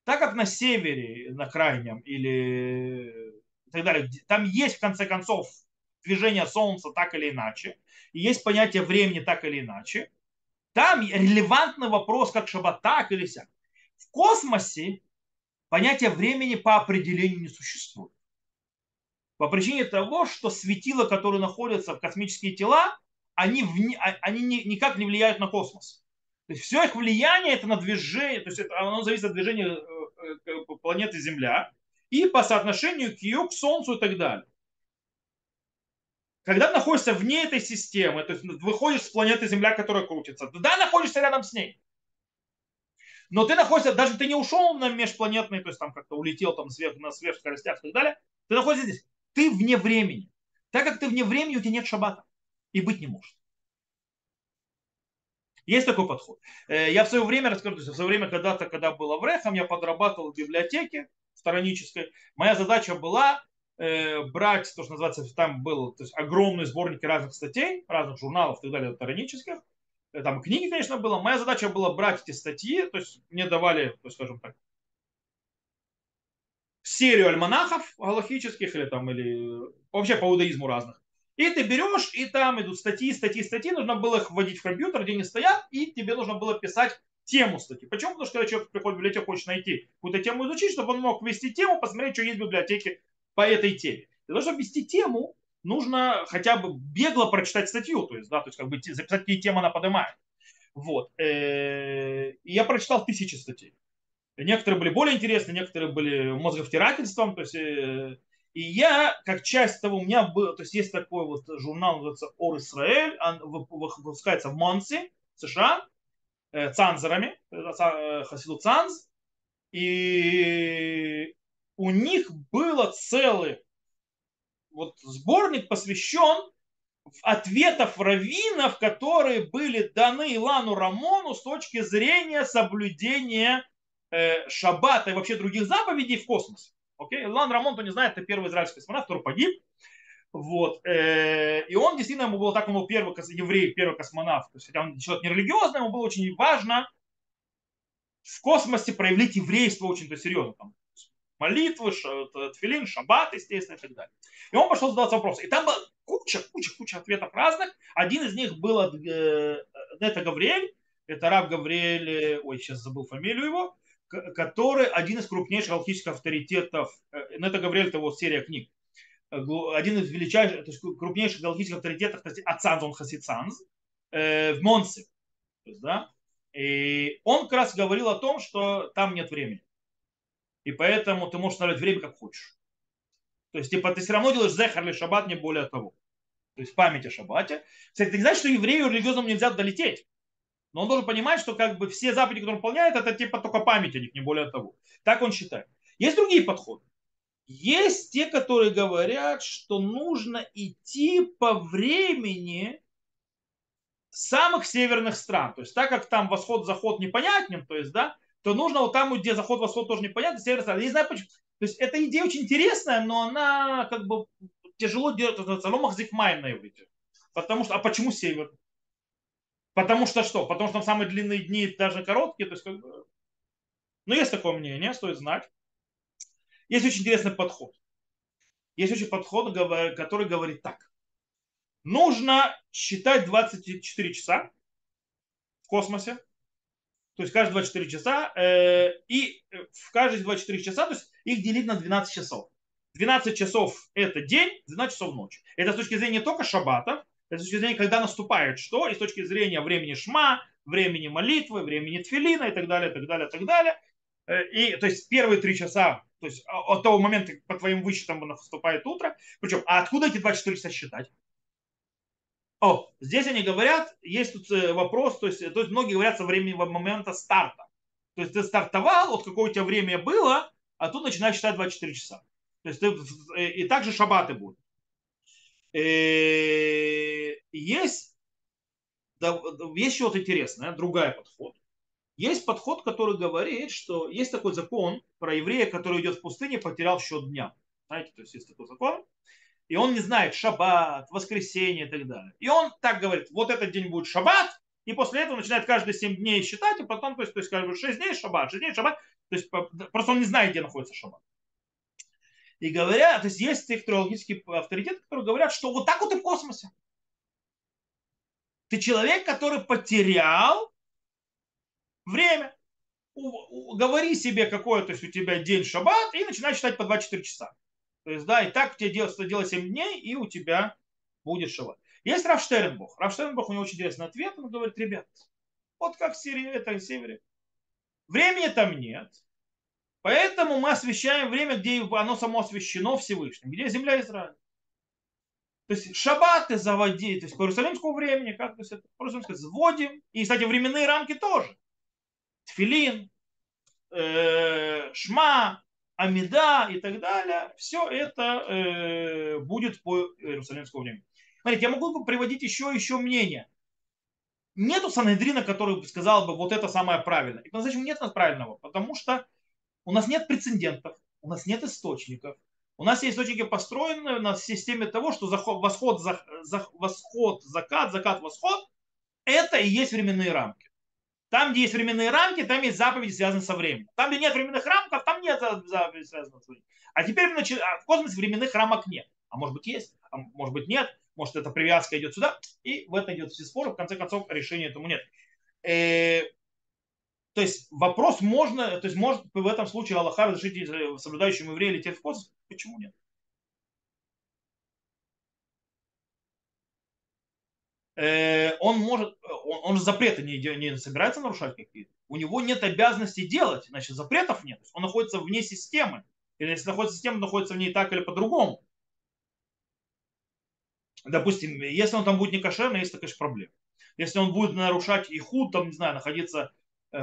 A: Так как на севере, на крайнем или и так далее, там есть в конце концов движение Солнца так или иначе, и есть понятие времени так или иначе, там релевантный вопрос, как шаббат так или сяк. В космосе понятие времени по определению не существует. По причине того, что светила, которые находятся в космические тела, они никак не влияют на космос. То есть все их влияние это на движение, то есть оно зависит от движения планеты Земля и по соотношению к ее, к Солнцу и так далее. Когда ты находишься вне этой системы, то есть выходишь с планеты Земля, которая крутится, да, находишься рядом с ней, но ты находишься, даже ты не ушел на межпланетный, то есть там как-то улетел там на сверхскоростях и так далее, ты находишься здесь. Ты вне времени. Так как ты вне времени, у тебя нет шаббата. И быть не может. Есть такой подход. Я в свое время, расскажу, в свое время когда-то, когда был Аврехом, я подрабатывал в библиотеке сторонической. Моя задача была брать, то, что называется, там был то есть, огромный сборник разных статей, разных журналов и так далее, сторонических. Там книги, конечно, было. Моя задача была брать эти статьи, то есть мне давали, то есть, скажем так, серию альманахов галахических или там, или вообще по иудаизму разных. И ты берешь, и там идут статьи, статьи, статьи. Нужно было их вводить в компьютер, где они стоят, и тебе нужно было писать тему статьи. Почему? Потому что когда человек приходит в библиотеку, хочет найти какую-то тему изучить, чтобы он мог ввести тему, посмотреть, что есть в библиотеке по этой теме. Для того, чтобы ввести тему, нужно хотя бы бегло прочитать статью, то есть, да, то есть как бы записать, какие темы она поднимает. Вот. И я прочитал тысячи статей. Некоторые были более интересны, некоторые были мозговтирательством. То есть, и я, как часть того, у меня был, то есть есть такой вот журнал, называется Ор Исраэль, он выпускается в Монсе, США, цанзерами, Хасиду Цанз, и у них было целый вот сборник посвящен ответов раввинов, которые были даны Илану Рамону с точки зрения соблюдения шаббата и вообще других заповедей в космосе. Окей? Илан Рамон, кто не знает, это первый израильский космонавт, который погиб. Вот. И он действительно, ему был так, он был первый еврей, первый космонавт. То есть, хотя он человек нерелигиозный, ему было очень важно в космосе проявить еврейство очень-то серьезно. Там, молитвы, тфилин, шаббат, естественно, и так далее. И он пошел задаваться вопросы. И там была куча ответов разных. Один из них был от это Гавриэль, это раб Гавриэль, ой, сейчас забыл фамилию его, который один из крупнейших галактических авторитетов. Это Гавриэль, это его серия книг. Один из величайших, то есть крупнейших галактических авторитетов, от Санз, он Хасид Санз, в Монсе. То есть, да? И он как раз говорил о том, что там нет времени. И поэтому ты можешь ставить время как хочешь. То есть, типа, ты все равно делаешь зехар или шаббат, не более того. То есть память о шаббате. Кстати, ты не знаешь, что еврею религиозному нельзя долететь. Но он должен понимать, что как бы все заповеди, которые он выполняет, это типа только память о них, не более того. Так он считает. Есть другие подходы. Есть те, которые говорят, что нужно идти по времени самых северных стран. То есть так как там восход-заход непонятен, то есть, да, то нужно вот там, где заход-восход тоже непонятно, северная страна. Я не знаю почему. То есть эта идея очень интересная, но она как бы тяжело делать, это ломах зихмайм на иврите. Потому что, а почему север? Потому что что? Потому что там самые длинные дни, даже короткие. То есть, как бы, ну, есть такое мнение, стоит знать. Есть очень интересный подход. Есть очень подход, который говорит так. Нужно считать 24 часа в космосе. То есть каждые 24 часа. И в каждые 24 часа, то есть их делить на 12 часов. 12 часов это день, 12 часов ночь. Это с точки зрения не только шаббата, это с точки зрения, когда наступает что, и с точки зрения времени шма, времени молитвы, времени тфилина и так далее, и так далее, и так далее. И, то есть первые 3 часа, то есть от того момента, по твоим высчетам наступает утро. Причем, а откуда эти 24 часа считать? О, здесь они говорят, есть тут вопрос, то есть многие говорят со времени момента старта. То есть ты стартовал, вот какое у тебя время было, а тут начинаешь считать 24 часа. То есть ты, и также шаббаты будут. Есть, да, есть что-то интересное, другой подход. Есть подход, который говорит, что есть такой закон про еврея, который идет в пустыне, потерял счет дня. Знаете, то есть есть такой закон. И он не знает шаббат, воскресенье и так далее. И он так говорит, вот этот день будет шаббат, И после этого начинает каждые 7 дней считать, и потом, то есть как бы 6 дней шаббат, 6 дней шаббат. То есть просто он не знает, где находится шаббат. И говорят, то есть есть технологические авторитеты, которые говорят, что вот так вот и в космосе. Ты человек, который потерял время. Говори себе, какой то есть у тебя день шаббат, и начинай считать по 24 часа. То есть, да, и так тебе делать 7 дней, и у тебя будет шаббат. Есть Рав Штернбох. Рав Штернбох, у него очень интересный ответ. Он говорит, ребят, вот как в Сирии, это в севере. Времени там нет. Поэтому мы освещаем время, где оно само освящено Всевышним, где земля Израиля. То есть шаббаты заводи, то есть по иерусалимскому времени, как то есть это, по иерусалимскому заводим. И, кстати, временные рамки тоже. Тфилин, Шма, Амида и так далее. Все это будет по иерусалимскому времени. Смотрите, я могу бы приводить еще мнение. Нету Санедрина, который бы сказал бы, вот это самое правильное. И по-настоящему нет у нас правильного, потому что у нас нет прецедентов, у нас нет источников. У нас есть источники, построенные на системе того, что восход, закат, закат, восход, это и есть временные рамки. Там, где есть временные рамки, там есть заповеди, связанные со временем. Там, где нет временных рамков, там нет заповедей, связанных со временем. А теперь в космосе временных рамок нет. А может быть есть, а может быть нет. Может эта привязка идет сюда. И в этом идет все споры. В конце концов, решения этому нет. То есть вопрос можно, то есть может в этом случае Аллаха разрешить соблюдающим еврея лететь в космос? Почему нет? Он может, он же запреты не собирается нарушать какие-то. У него нет обязанности делать, значит запретов нет. Он находится вне системы. Или если находится система, находится в ней так или по-другому. Допустим, если он там будет не кошерный, есть, конечно, проблема. Если он будет нарушать ихуд, там, не знаю, находиться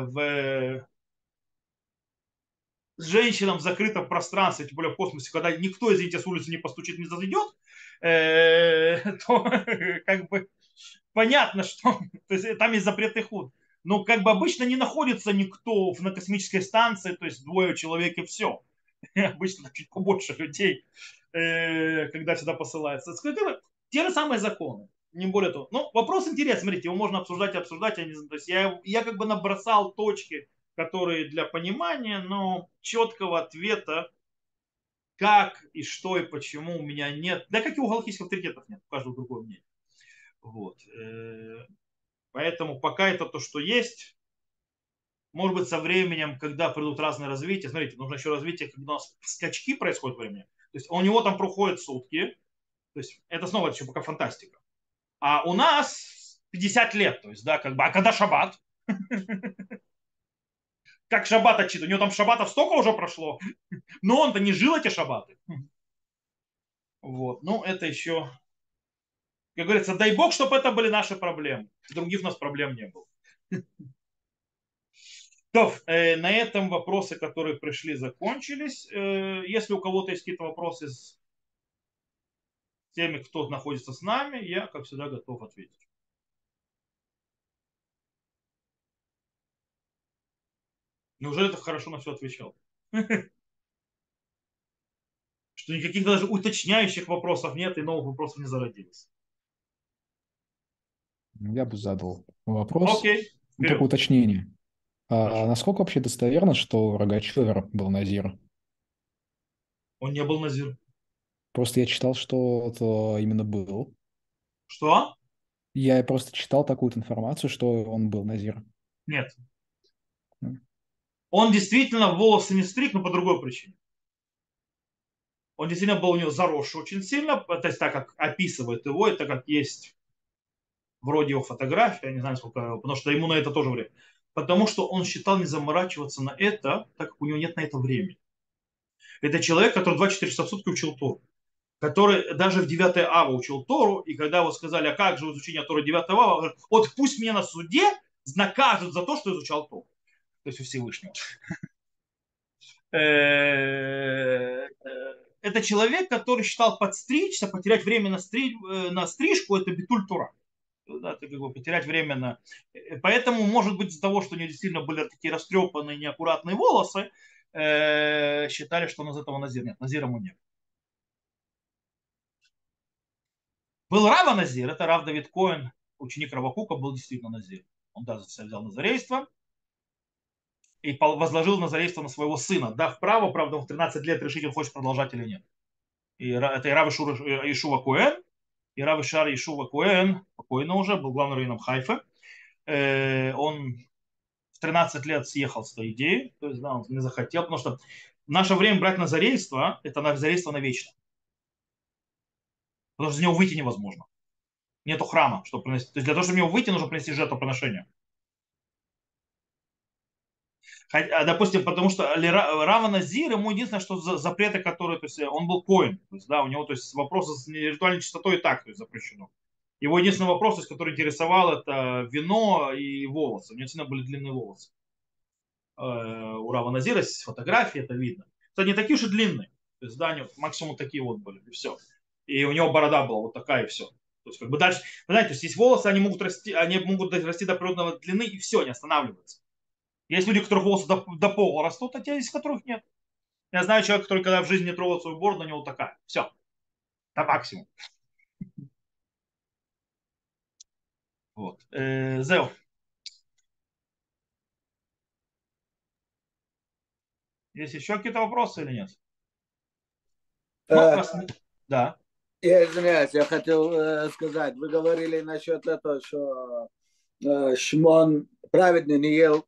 A: с женщинам в закрытом пространстве, тем более в космосе, когда никто, извините, с улицы не постучит, не зайдет, то как бы понятно, что то есть, там есть запретный ход. Но как бы обычно не находится никто на космической станции, то есть двое человек и все. Обычно чуть побольше людей, когда сюда посылается. Те же самые законы, не более того. Ну, вопрос интересный, смотрите, его можно обсуждать и обсуждать. То есть я как бы набросал точки, которые для понимания, но четкого ответа, как и что и почему у меня нет. Да как и у галактических авторитетов нет, у каждого другое мнение. Вот. Поэтому пока это то, что есть. Может быть, со временем, когда придут разные развития, смотрите, нужно еще развитие, когда у нас скачки происходят во времени. То есть у него там проходят сутки, то есть это снова еще пока фантастика. А у нас 50 лет, то есть, да, как бы, а когда шаббат? Как шаббат отчитывать? У него там шаббатов столько уже прошло, но он-то не жил эти шаббаты. Вот, ну это еще, как говорится, дай бог, чтобы это были наши проблемы. Других у нас проблем не было. То, на этом вопросы, которые пришли, закончились. Если у кого-то есть какие-то вопросы с теми, кто находится с нами, я, как всегда, готов ответить. Неужели ты хорошо на все отвечал? Что никаких даже уточняющих вопросов нет и новых вопросов не зародилось.
B: Я бы задал вопрос,
A: Окей,
B: только
A: вперед.
B: уточнение. А
A: Хорошо.
B: насколько вообще достоверно, что Рогачевер был Назир?
A: Он не был назир.
B: Просто я читал, что это именно был.
A: Что?
B: Я просто читал такую информацию, что он был Назир.
A: Нет. Он действительно волосы не стриг, но по другой причине. Он действительно был у него заросший очень сильно, то есть так как описывает его, это как есть вроде его фотографии, я не знаю сколько, потому что ему на это тоже время. Потому что он считал не заморачиваться на это, так как у него нет на это времени. Это человек, который 24 часа в сутки учил Тору. Который даже в 9 ава учил Тору, и когда его сказали, а как же изучение Торы 9 ава, он говорит, вот пусть меня на суде накажут за то, что изучал Тору. То есть у Всевышнего. Это человек, который считал подстричься, потерять время на стрижку, это битуль Тора. Да, ты как бы потерять время на... Поэтому, может быть, из-за того, что у него действительно были такие растрепанные, неаккуратные волосы, считали, что он из этого назир. Нет, назир ему нет. Был Рава Назир, это Рав Давид Коэн, ученик Равакука, был действительно назир. Он даже взял назарейство и возложил назарейство на своего сына, дав право, правда, он в 13 лет решить, он хочет продолжать или нет. И это и Рав Ишува Коэн, и Рав Ишар Ишува Коэн, покойно уже, был главным раввином Хайфы. Он в 13 лет съехал с этой идеи, то есть, да, он не захотел, потому что в наше время брать назарейство, это назарейство навечно. Потому что из него выйти невозможно. Нету храма, чтобы принести. То есть для того, чтобы из него выйти, нужно принести жертвоприношение. Допустим, потому что Рава Назир, ему единственное, что запреты, которые, то есть он был коин, то есть, да, у него, то есть вопросы с ритуальной чистотой и так, то есть запрещено. Его единственный вопрос, то есть, который интересовал, это вино и волосы. У него всегда были длинные волосы. У Рава Назира есть фотографии, это видно. Кстати, не такие уж и длинные. То есть, да, они максимум такие вот были, и все. И у него борода была вот такая, и все. То есть, как бы дальше, вы знаете, то есть, есть волосы, они могут расти до природной длины, и все, не останавливаются. Есть люди, у которых волосы до пола растут, а те, из которых нет. Я знаю человека, который, когда в жизни не трогал свою бороду, у него такая. Все, до максимум. Вот. Зео. Есть еще какие-то вопросы или нет? Ну,
C: Э,
A: раз... Да.
C: Я извиняюсь, я хотел сказать, вы говорили насчет этого, что Шимон праведный не ел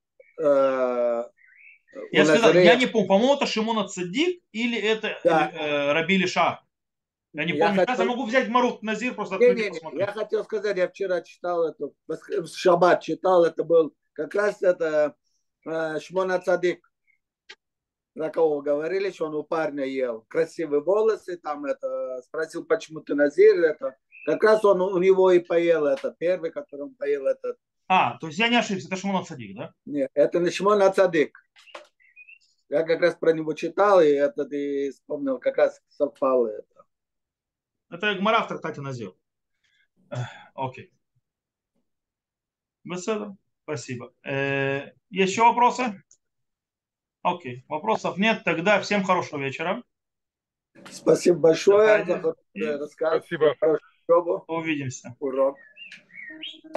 C: у
A: Я сказал, я
C: Назарея.
A: не помню, по-моему, это Шимон Цадик или это
C: Да,
A: Раби Лиша. Я не
C: я
A: помню. Сейчас я
C: хотел...
A: могу взять Марут Назир, просто открыть и
C: Не-не-не, я
A: посмотреть.
C: хотел сказать, я вчера читал это, в шаббат читал, это был как раз это Шмон Цадик, про кого говорили, что он у парня ел. Красивые волосы, там это, спросил, почему ты Назир, это. Как раз он у него и поел это, первый, который он поел этот.
A: То есть я не ошибся, это Шимон Цадик, да?
C: Нет, это не Шмон Цадик. Я как раз про него читал, и это и вспомнил, как раз совпало это.
A: Это Гмара в трактате Назир. Окей. Беседа. Спасибо. Еще вопросы? Окей. Вопросов нет. Тогда всем хорошего вечера.
C: Спасибо большое за
A: И
C: рассказ,
D: Спасибо.
C: за хорошую учебу,
A: увидимся.
C: урок.